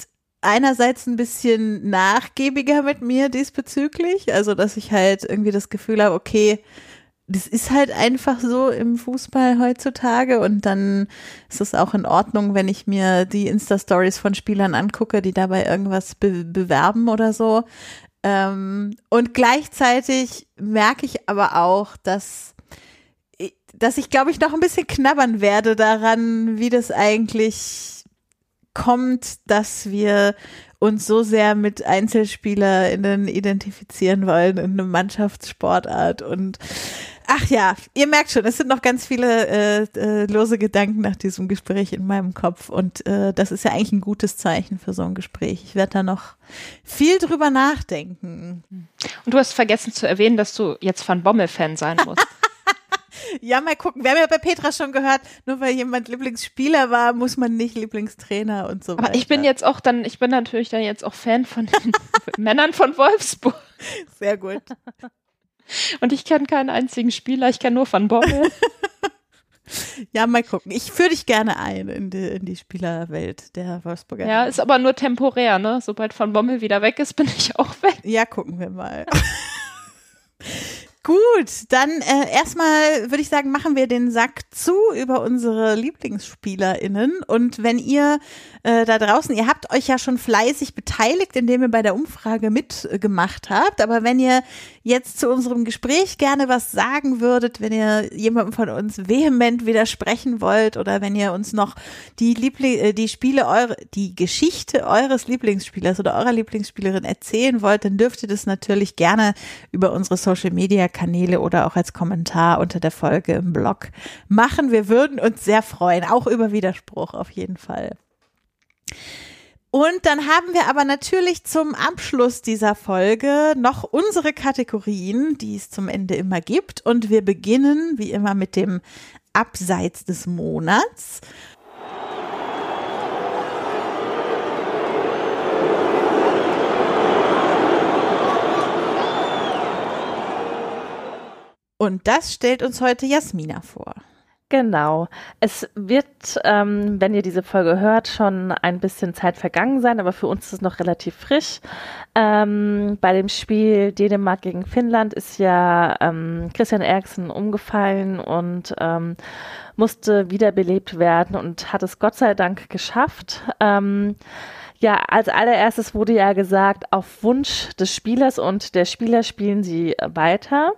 einerseits ein bisschen nachgiebiger mit mir diesbezüglich, also dass ich halt irgendwie das Gefühl habe, okay, das ist halt einfach so im Fußball heutzutage und dann ist es auch in Ordnung, wenn ich mir die Insta-Stories von Spielern angucke, die dabei irgendwas be- bewerben oder so. Ähm, und gleichzeitig merke ich aber auch, dass, dass ich, glaube ich, noch ein bisschen knabbern werde daran, wie das eigentlich kommt, dass wir uns so sehr mit EinzelspielerInnen identifizieren wollen in einer Mannschaftssportart und ach ja, ihr merkt schon, es sind noch ganz viele äh, äh, lose Gedanken nach diesem Gespräch in meinem Kopf und äh, das ist ja eigentlich ein gutes Zeichen für so ein Gespräch. Ich werde da noch viel drüber nachdenken. Und du hast vergessen zu erwähnen, dass du jetzt Van Bommel-Fan sein musst. Ja, mal gucken. Wir haben ja bei Petra schon gehört, nur weil jemand Lieblingsspieler war, muss man nicht Lieblingstrainer und so weiter. Aber ich bin jetzt auch dann, ich bin natürlich dann jetzt auch Fan von den Männern von Wolfsburg. Sehr gut. Und ich kenne keinen einzigen Spieler, ich kenne nur Van Bommel. Ja, mal gucken. Ich führe dich gerne ein in die, in die Spielerwelt der Wolfsburger. Ja, ist aber nur temporär, ne? Sobald Van Bommel wieder weg ist, bin ich auch weg. Ja, gucken wir mal. Gut, dann äh, erstmal würde ich sagen, machen wir den Sack zu über unsere LieblingsspielerInnen und wenn ihr äh, da draußen, ihr habt euch ja schon fleißig beteiligt, indem ihr bei der Umfrage mitgemacht habt, aber wenn ihr jetzt zu unserem Gespräch gerne was sagen würdet, wenn ihr jemandem von uns vehement widersprechen wollt oder wenn ihr uns noch die Liebling, äh, die Spiele eure, die Geschichte eures Lieblingsspielers oder eurer Lieblingsspielerin erzählen wollt, dann dürft ihr das natürlich gerne über unsere Social Media Kanäle oder auch als Kommentar unter der Folge im Blog machen. Wir würden uns sehr freuen, auch über Widerspruch auf jeden Fall. Und dann haben wir aber natürlich zum Abschluss dieser Folge noch unsere Kategorien, die es zum Ende immer gibt. Und wir beginnen wie immer mit dem Abseits des Monats. Und das stellt uns heute Jasmina vor. Genau. Es wird, ähm, wenn ihr diese Folge hört, schon ein bisschen Zeit vergangen sein, aber für uns ist es noch relativ frisch. Ähm, bei dem Spiel Dänemark gegen Finnland ist ja ähm, Christian Eriksen umgefallen und ähm, musste wiederbelebt werden und hat es Gott sei Dank geschafft. Ähm, Ja, als allererstes wurde ja gesagt, auf Wunsch des Spielers und der Spieler spielen sie weiter.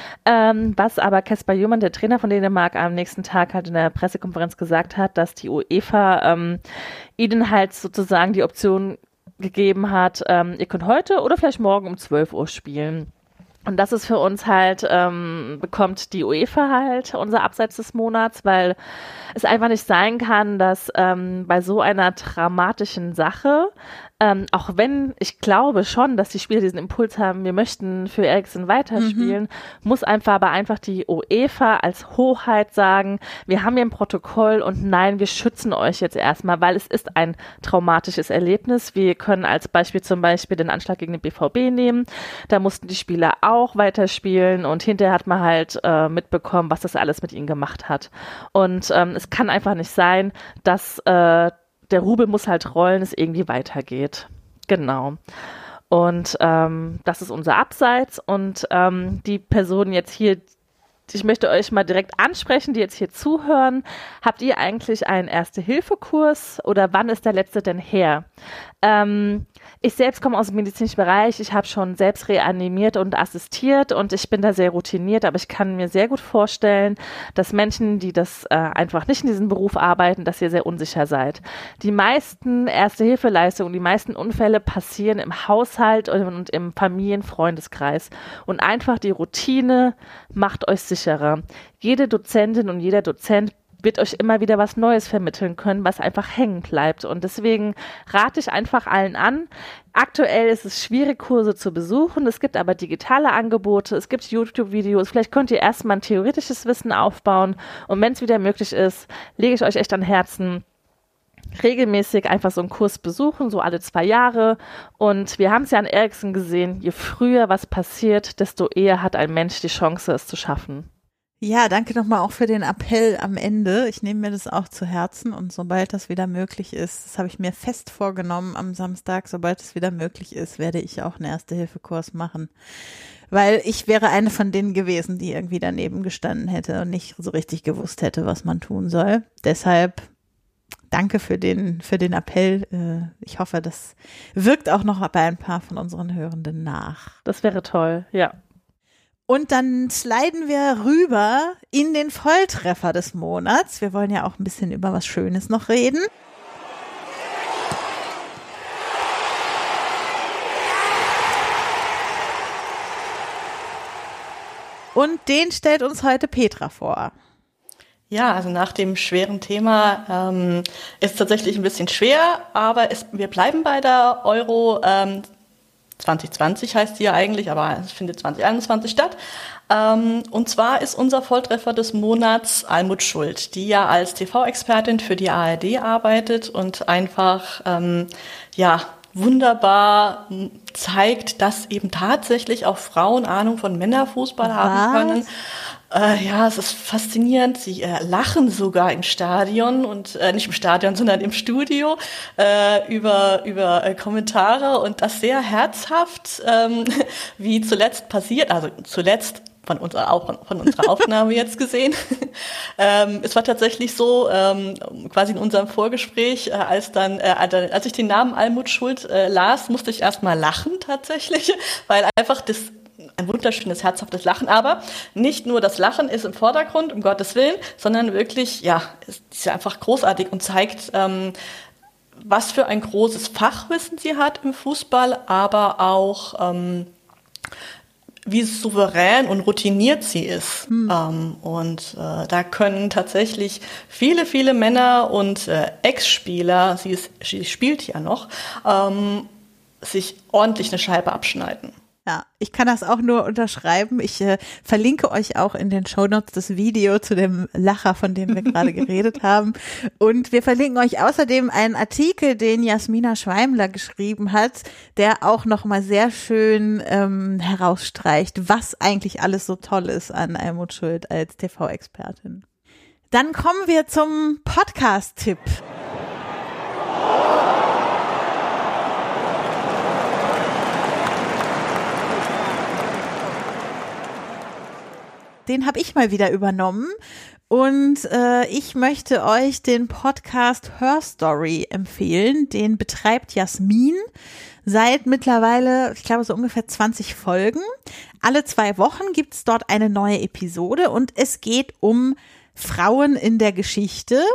Ähm, was aber Kasper Hjulmand, der Trainer von Dänemark, am nächsten Tag halt in der Pressekonferenz gesagt hat, dass die UEFA ähm, ihnen halt sozusagen die Option gegeben hat, ähm, ihr könnt heute oder vielleicht morgen um zwölf Uhr spielen. Und das ist für uns halt, ähm, bekommt die UEFA halt unser Abseits des Monats, weil es einfach nicht sein kann, dass ähm, bei so einer dramatischen Sache, ähm, auch wenn ich glaube schon, dass die Spieler diesen Impuls haben, wir möchten für Eriksen weiterspielen, mhm. muss einfach aber einfach die UEFA als Hoheit sagen, wir haben hier ein Protokoll und nein, wir schützen euch jetzt erstmal, weil es ist ein traumatisches Erlebnis. Wir können als Beispiel zum Beispiel den Anschlag gegen den B V B nehmen. Da mussten die Spieler auch weiterspielen und hinterher hat man halt äh, mitbekommen, was das alles mit ihnen gemacht hat. Und ähm, es kann einfach nicht sein, dass äh, der Rubel muss halt rollen, es irgendwie weitergeht. Genau. Und ähm, das ist unser Abseits und ähm, die Personen jetzt hier, ich möchte euch mal direkt ansprechen, die jetzt hier zuhören. Habt ihr eigentlich einen Erste-Hilfe-Kurs oder wann ist der letzte denn her? Ähm, ich selbst komme aus dem medizinischen Bereich. Ich habe schon selbst reanimiert und assistiert und ich bin da sehr routiniert, aber ich kann mir sehr gut vorstellen, dass Menschen, die das äh, einfach nicht in diesem Beruf arbeiten, dass ihr sehr unsicher seid. Die meisten Erste-Hilfe-Leistungen, die meisten Unfälle passieren im Haushalt und im Familien-Freundeskreis und einfach die Routine macht euch sicherer. Jede Dozentin und jeder Dozent wird euch immer wieder was Neues vermitteln können, was einfach hängen bleibt. Und deswegen rate ich einfach allen an. Aktuell ist es schwierig, Kurse zu besuchen. Es gibt aber digitale Angebote, es gibt YouTube-Videos. Vielleicht könnt ihr erstmal ein theoretisches Wissen aufbauen. Und wenn es wieder möglich ist, lege ich euch echt an Herzen, regelmäßig einfach so einen Kurs besuchen, so alle zwei Jahre. Und wir haben es ja an Eriksen gesehen, je früher was passiert, desto eher hat ein Mensch die Chance, es zu schaffen. Ja, danke nochmal auch für den Appell am Ende. Ich nehme mir das auch zu Herzen und sobald das wieder möglich ist, das habe ich mir fest vorgenommen am Samstag, sobald es wieder möglich ist, werde ich auch einen Erste-Hilfe-Kurs machen. Weil ich wäre eine von denen gewesen, die irgendwie daneben gestanden hätte und nicht so richtig gewusst hätte, was man tun soll. Deshalb danke für den, für den Appell. Ich hoffe, das wirkt auch noch bei ein paar von unseren Hörenden nach. Das wäre toll, ja. Und dann sliden wir rüber in den Volltreffer des Monats. Wir wollen ja auch ein bisschen über was Schönes noch reden. Und den stellt uns heute Petra vor. Ja, also nach dem schweren Thema ähm, ist tatsächlich ein bisschen schwer, aber es, wir bleiben bei der Euro ähm, zwanzig zwanzig heißt sie ja eigentlich, aber es findet zwanzig einundzwanzig statt. Ähm, und zwar ist unser Volltreffer des Monats Almut Schuld, die ja als T V-Expertin für die A R D arbeitet und einfach ähm, ja wunderbar zeigt, dass eben tatsächlich auch Frauen Ahnung von Männerfußball Was? haben können. Äh, ja, es ist faszinierend. Sie äh, lachen sogar im Stadion und äh, nicht im Stadion, sondern im Studio äh, über über äh, Kommentare und das sehr herzhaft, ähm, wie zuletzt passiert. Also zuletzt von unserer auch von unserer Aufnahme jetzt gesehen. ähm, es war tatsächlich so, ähm, quasi in unserem Vorgespräch, äh, als dann äh, als ich den Namen Almut Schuld äh, las, musste ich erstmal lachen tatsächlich, weil einfach das ein wunderschönes, herzhaftes Lachen, aber nicht nur das Lachen ist im Vordergrund, um Gottes Willen, sondern wirklich, ja, es ist ja einfach großartig und zeigt, ähm, was für ein großes Fachwissen sie hat im Fußball, aber auch, ähm, wie souverän und routiniert sie ist. Hm. Ähm, und äh, da können tatsächlich viele, viele Männer und äh, Ex-Spieler, sie, ist, sie spielt ja noch, ähm, sich ordentlich eine Scheibe abschneiden. Ja, ich kann das auch nur unterschreiben. Ich äh, verlinke euch auch in den Shownotes das Video zu dem Lacher, von dem wir gerade geredet haben. Und wir verlinken euch außerdem einen Artikel, den Jasmina Schweimler geschrieben hat, der auch nochmal sehr schön ähm, herausstreicht, was eigentlich alles so toll ist an Almut Schuld als T V-Expertin. Dann kommen wir zum Podcast-Tipp. Den habe ich mal wieder übernommen und äh, ich möchte euch den Podcast Her Story empfehlen. Den betreibt Jasmin seit mittlerweile, ich glaube so ungefähr zwanzig Folgen. Alle zwei Wochen gibt es dort eine neue Episode und es geht um Frauen in der Geschichte,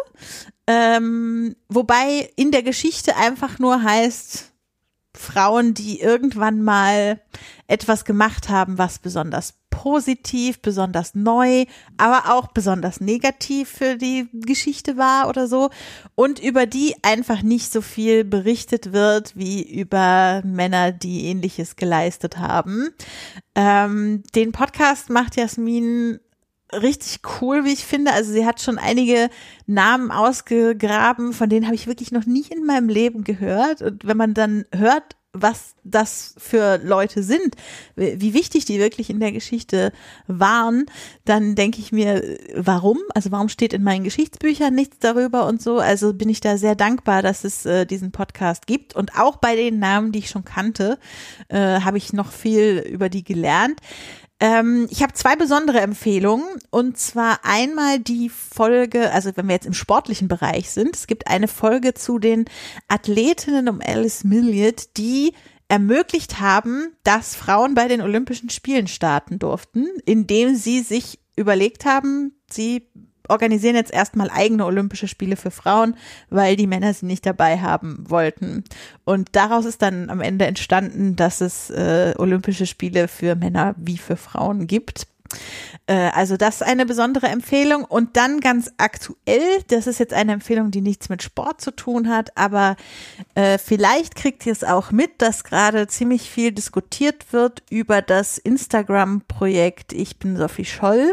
ähm, wobei in der Geschichte einfach nur heißt Frauen, die irgendwann mal etwas gemacht haben, was besonders positiv, besonders neu, aber auch besonders negativ für die Geschichte war oder so und über die einfach nicht so viel berichtet wird wie über Männer, die Ähnliches geleistet haben. Ähm, den Podcast macht Jasmin richtig cool, wie ich finde. Also sie hat schon einige Namen ausgegraben, von denen habe ich wirklich noch nie in meinem Leben gehört. Und wenn man dann hört, was das für Leute sind, wie wichtig die wirklich in der Geschichte waren, dann denke ich mir, warum? Also warum steht in meinen Geschichtsbüchern nichts darüber und so? Also bin ich da sehr dankbar, dass es äh, diesen Podcast gibt. Und auch bei den Namen, die ich schon kannte, äh, habe ich noch viel über die gelernt. Ähm, ich habe zwei besondere Empfehlungen und zwar einmal die Folge, also wenn wir jetzt im sportlichen Bereich sind, es gibt eine Folge zu den Athletinnen um Alice Milliot, die ermöglicht haben, dass Frauen bei den Olympischen Spielen starten durften, indem sie sich überlegt haben, sie organisieren jetzt erstmal eigene Olympische Spiele für Frauen, weil die Männer sie nicht dabei haben wollten. Und daraus ist dann am Ende entstanden, dass es äh, Olympische Spiele für Männer wie für Frauen gibt. Äh, also das ist eine besondere Empfehlung. Und dann ganz aktuell, das ist jetzt eine Empfehlung, die nichts mit Sport zu tun hat, aber äh, vielleicht kriegt ihr es auch mit, dass gerade ziemlich viel diskutiert wird über das Instagram-Projekt Ich bin Sophie Scholl.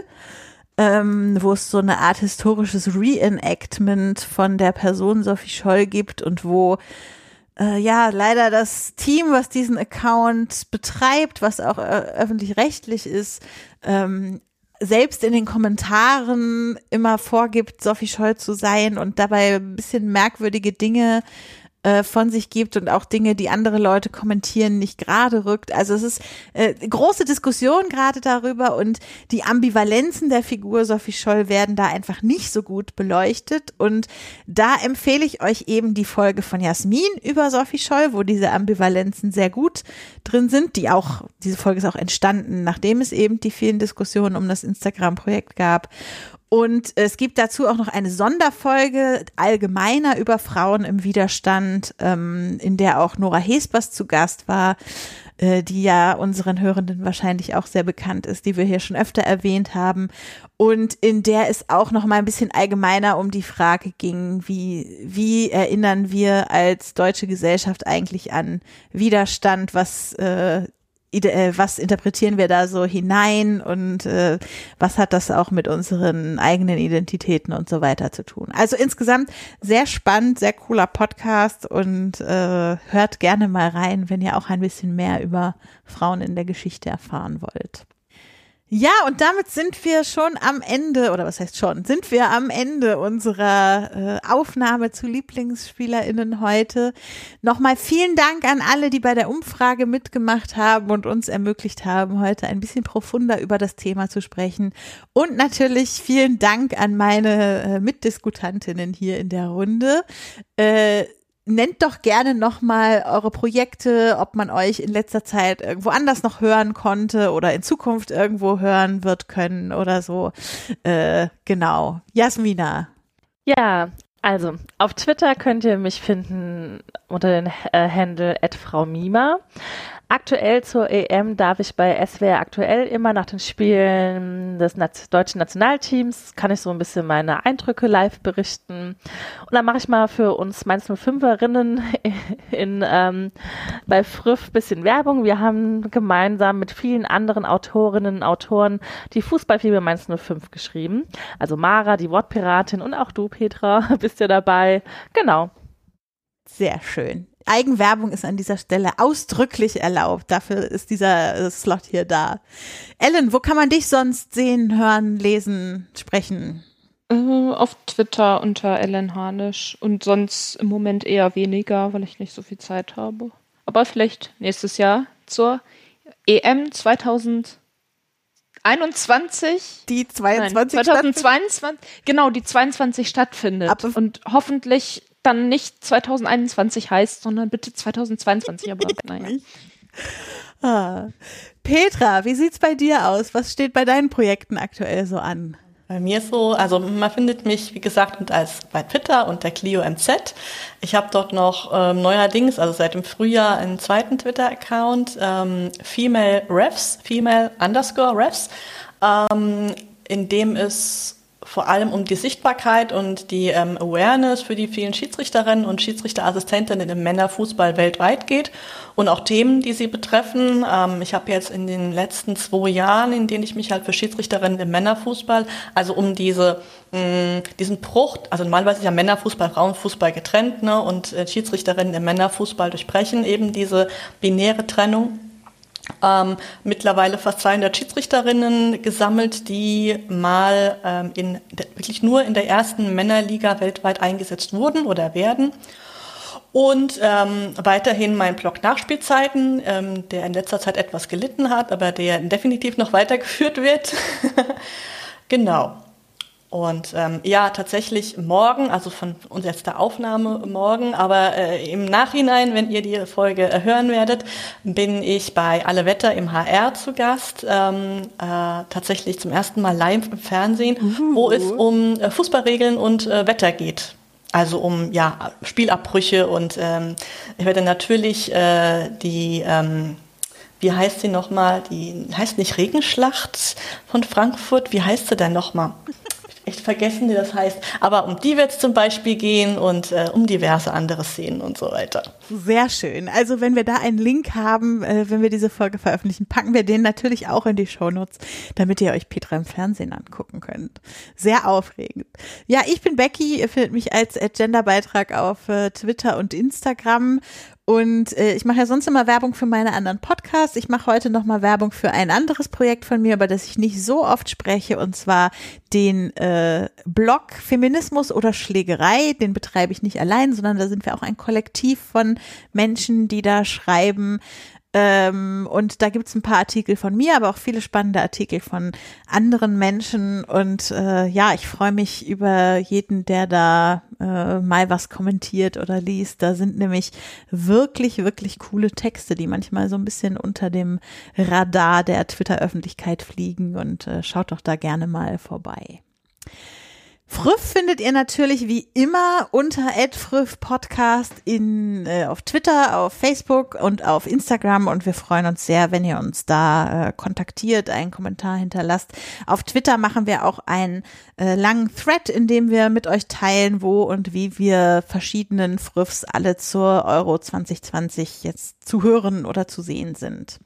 Ähm, wo es so eine Art historisches Reenactment von der Person Sophie Scholl gibt und wo äh, ja leider das Team, was diesen Account betreibt, was auch äh, öffentlich-rechtlich ist, ähm, selbst in den Kommentaren immer vorgibt, Sophie Scholl zu sein und dabei ein bisschen merkwürdige Dinge äh, von sich gibt und auch Dinge, die andere Leute kommentieren, nicht gerade rückt. Also es ist äh, große Diskussion gerade darüber und die Ambivalenzen der Figur Sophie Scholl werden da einfach nicht so gut beleuchtet und da empfehle ich euch eben die Folge von Jasmin über Sophie Scholl, wo diese Ambivalenzen sehr gut drin sind, die auch, diese Folge ist auch entstanden, nachdem es eben die vielen Diskussionen um das Instagram-Projekt gab. Und es gibt dazu auch noch eine Sonderfolge allgemeiner über Frauen im Widerstand, ähm, in der auch Nora Hespers zu Gast war, äh, die ja unseren Hörenden wahrscheinlich auch sehr bekannt ist, die wir hier schon öfter erwähnt haben. Und in der es auch noch mal ein bisschen allgemeiner um die Frage ging, wie, wie erinnern wir als deutsche Gesellschaft eigentlich an Widerstand, was äh, was interpretieren wir da so hinein und äh, was hat das auch mit unseren eigenen Identitäten und so weiter zu tun. Also insgesamt sehr spannend, sehr cooler Podcast und äh, hört gerne mal rein, wenn ihr auch ein bisschen mehr über Frauen in der Geschichte erfahren wollt. Ja, und damit sind wir schon am Ende, oder was heißt schon, sind wir am Ende unserer äh, Aufnahme zu LieblingsspielerInnen heute. Nochmal vielen Dank an alle, die bei der Umfrage mitgemacht haben und uns ermöglicht haben, heute ein bisschen profunder über das Thema zu sprechen. Und natürlich vielen Dank an meine äh, Mitdiskutantinnen hier in der Runde. Äh, Nennt doch gerne nochmal eure Projekte, ob man euch in letzter Zeit irgendwo anders noch hören konnte oder in Zukunft irgendwo hören wird können oder so. Äh, genau. Jasmina. Ja, also auf Twitter könnt ihr mich finden unter den äh, Handle at Frau Mima. Aktuell zur E M darf ich bei S W R aktuell immer nach den Spielen des Naz- deutschen Nationalteams, kann ich so ein bisschen meine Eindrücke live berichten. Und dann mache ich mal für uns Mainz null fünferinnen in, ähm, bei Früff bisschen Werbung. Wir haben gemeinsam mit vielen anderen Autorinnen und Autoren die Fußballfibel Mainz null fünf geschrieben. Also Mara, die Wortpiratin und auch du, Petra, bist ja dabei. Genau. Sehr schön. Eigenwerbung ist an dieser Stelle ausdrücklich erlaubt. Dafür ist dieser Slot hier da. Ellen, wo kann man dich sonst sehen, hören, lesen, sprechen? Äh, auf Twitter unter Ellen Harnisch und sonst im Moment eher weniger, weil ich nicht so viel Zeit habe. Aber vielleicht nächstes Jahr zur E M zwanzig einundzwanzig. Die zweiundzwanzig Nein, zweitausendzweiundzwanzig, genau, die zweiundzwanzig stattfindet. Ab und hoffentlich dann nicht zwanzig einundzwanzig heißt, sondern bitte zweitausendzweiundzwanzig, aber naja. Ah. Petra, wie sieht's bei dir aus? Was steht bei deinen Projekten aktuell so an? Bei mir ist so, also man findet mich, wie gesagt, als bei Twitter und der Clio M Z. Ich habe dort noch ähm, neuerdings, also seit dem Frühjahr, einen zweiten Twitter-Account, ähm, Female Refs, Female Underscore Refs, ähm, in dem es vor allem um die Sichtbarkeit und die ähm, Awareness für die vielen Schiedsrichterinnen und Schiedsrichterassistentinnen im Männerfußball weltweit geht und auch Themen, die sie betreffen. Ähm, ich habe jetzt in den letzten zwei Jahren, in denen ich mich halt für Schiedsrichterinnen im Männerfußball, also um diese mh, diesen Bruch, also normalerweise ist ja Männerfußball, Frauenfußball getrennt, ne, und äh, Schiedsrichterinnen im Männerfußball durchbrechen eben diese binäre Trennung. Ähm, mittlerweile fast zweihundert Schiedsrichterinnen gesammelt, die mal ähm, in de, wirklich nur in der ersten Männerliga weltweit eingesetzt wurden oder werden. Und ähm, weiterhin mein Blog Nachspielzeiten, ähm, der in letzter Zeit etwas gelitten hat, aber der definitiv noch weitergeführt wird. Genau. Und ähm, ja, tatsächlich morgen, also von unserer letzten Aufnahme morgen, aber äh, im Nachhinein, wenn ihr die Folge äh, hören werdet, bin ich bei Alle Wetter im H R zu Gast, ähm, äh, tatsächlich zum ersten Mal live im Fernsehen, uh. wo es um äh, Fußballregeln und äh, Wetter geht. Also um ja Spielabbrüche und ähm, ich werde natürlich äh, die ähm, wie heißt sie nochmal? Die heißt nicht Regenschlacht von Frankfurt. Wie heißt sie denn nochmal? Echt vergessen, wie das heißt. Aber um die wird es zum Beispiel gehen und äh, um diverse andere Szenen und so weiter. Sehr schön. Also wenn wir da einen Link haben, äh, wenn wir diese Folge veröffentlichen, packen wir den natürlich auch in die Shownotes, damit ihr euch Petra im Fernsehen angucken könnt. Sehr aufregend. Ja, ich bin Becky. Ihr findet mich als Genderbeitrag auf äh, Twitter und Instagram. Und äh, ich mache ja sonst immer Werbung für meine anderen Podcasts. Ich mache heute nochmal Werbung für ein anderes Projekt von mir, über das ich nicht so oft spreche, und zwar den äh, Blog Feminismus oder Schlägerei. Den betreibe ich nicht allein, sondern da sind wir auch ein Kollektiv von Menschen, die da schreiben. Ähm, und da gibt's ein paar Artikel von mir, aber auch viele spannende Artikel von anderen Menschen. Und äh, ja, ich freue mich über jeden, der da äh, mal was kommentiert oder liest. Da sind nämlich wirklich, wirklich coole Texte, die manchmal so ein bisschen unter dem Radar der Twitter-Öffentlichkeit fliegen. Und äh, schaut doch da gerne mal vorbei. Früff findet ihr natürlich wie immer unter at früff podcast in, äh, auf Twitter, auf Facebook und auf Instagram, und wir freuen uns sehr, wenn ihr uns da äh, kontaktiert, einen Kommentar hinterlasst. Auf Twitter machen wir auch einen äh, langen Thread, in dem wir mit euch teilen, wo und wie wir verschiedenen Früffs alle zur Euro zwanzig zwanzig jetzt zu hören oder zu sehen sind.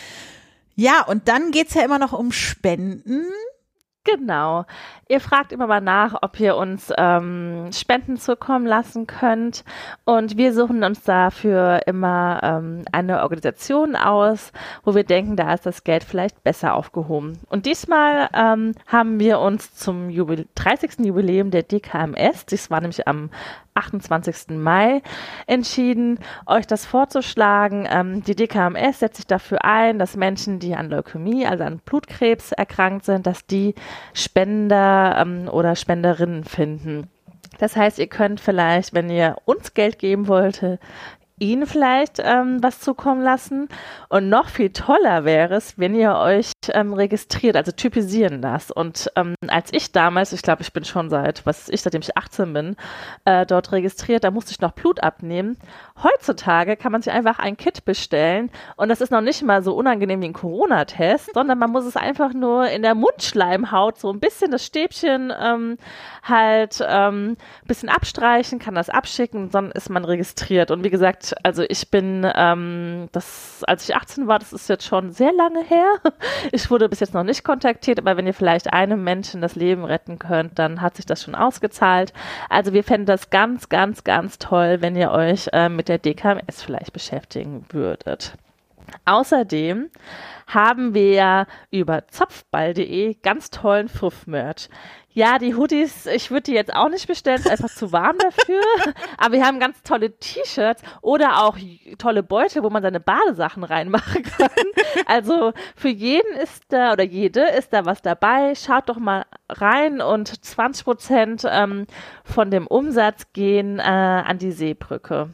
Ja, und dann geht's ja immer noch um Spenden. Genau. Ihr fragt immer mal nach, ob ihr uns ähm, Spenden zukommen lassen könnt, und wir suchen uns dafür immer ähm, eine Organisation aus, wo wir denken, da ist das Geld vielleicht besser aufgehoben. Und diesmal ähm, haben wir uns zum Jubil- dreißigsten Jubiläum der D K M S, das war nämlich am achtundzwanzigsten Mai, entschieden, euch das vorzuschlagen. Ähm, die D K M S setzt sich dafür ein, dass Menschen, die an Leukämie, also an Blutkrebs erkrankt sind, dass die Spender ähm, oder Spenderinnen finden. Das heißt, ihr könnt vielleicht, wenn ihr uns Geld geben wollt, ihnen vielleicht ähm, was zukommen lassen. Und noch viel toller wäre es, wenn ihr euch ähm, registriert, also typisieren lasst. Und ähm, als ich damals, ich glaube, ich bin schon seit, was ist ich, seitdem ich achtzehn bin, äh, dort registriert, da musste ich noch Blut abnehmen. Heutzutage kann man sich einfach ein Kit bestellen, und das ist noch nicht mal so unangenehm wie ein Corona-Test, sondern man muss es einfach nur in der Mundschleimhaut so ein bisschen das Stäbchen ähm, halt ähm, ein bisschen abstreichen, kann das abschicken, dann ist man registriert. Und wie gesagt, also ich bin, ähm, das, als ich achtzehn war, das ist jetzt schon sehr lange her. Ich wurde bis jetzt noch nicht kontaktiert, aber wenn ihr vielleicht einem Menschen das Leben retten könnt, dann hat sich das schon ausgezahlt. Also wir fänden das ganz, ganz, ganz toll, wenn ihr euch äh, mit der D K M S vielleicht beschäftigen würdet. Außerdem haben wir ja über zopfball punkt de ganz tollen Früff-Merch. Ja, die Hoodies, ich würde die jetzt auch nicht bestellen, ist einfach zu warm dafür. Aber wir haben ganz tolle T-Shirts oder auch tolle Beutel, wo man seine Badesachen reinmachen kann. Also für jeden ist da, oder jede ist da was dabei. Schaut doch mal rein, und zwanzig Prozent ähm, von dem Umsatz gehen äh, an die Seebrücke.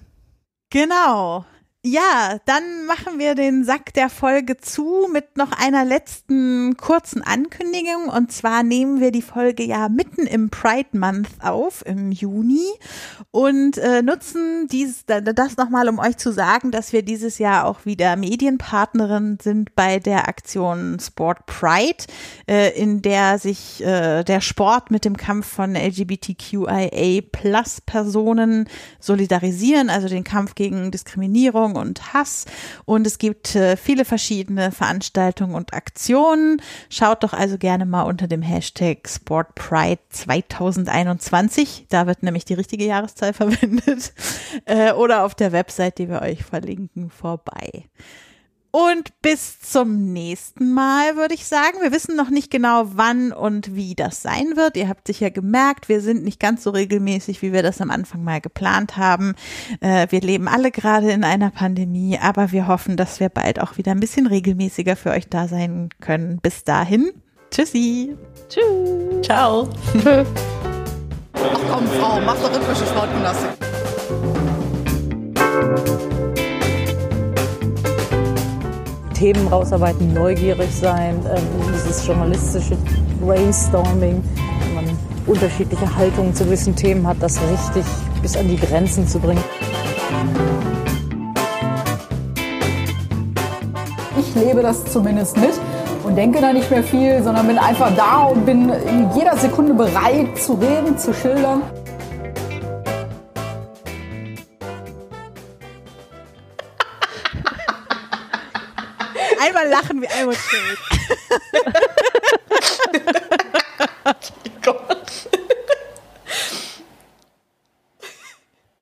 Genau. Ja, dann machen wir den Sack der Folge zu mit noch einer letzten kurzen Ankündigung. Und zwar nehmen wir die Folge ja mitten im Pride Month auf, im Juni, und äh, nutzen dies, das nochmal, um euch zu sagen, dass wir dieses Jahr auch wieder Medienpartnerin sind bei der Aktion Sport Pride, äh, in der sich äh, der Sport mit dem Kampf von L G B T Q I A Plus Personen solidarisieren, also den Kampf gegen Diskriminierung und Hass, und es gibt äh, viele verschiedene Veranstaltungen und Aktionen. Schaut doch also gerne mal unter dem Hashtag SportPride zwanzig einundzwanzig, da wird nämlich die richtige Jahreszahl verwendet, äh, oder auf der Website, die wir euch verlinken, vorbei. Und bis zum nächsten Mal, würde ich sagen. Wir wissen noch nicht genau, wann und wie das sein wird. Ihr habt sicher gemerkt, wir sind nicht ganz so regelmäßig, wie wir das am Anfang mal geplant haben. Äh, wir leben alle gerade in einer Pandemie, aber wir hoffen, dass wir bald auch wieder ein bisschen regelmäßiger für euch da sein können. Bis dahin, tschüssi. Tschüss. Ciao. Ach komm, Frau, mach doch rhythmische Sportgymnastik. Themen rausarbeiten, neugierig sein, ähm, dieses journalistische Brainstorming, wenn man unterschiedliche Haltungen zu gewissen Themen hat, das richtig bis an die Grenzen zu bringen. Ich lebe das zumindest mit und denke da nicht mehr viel, sondern bin einfach da und bin in jeder Sekunde bereit zu reden, zu schildern. Einmal lachen, wie einmal schön.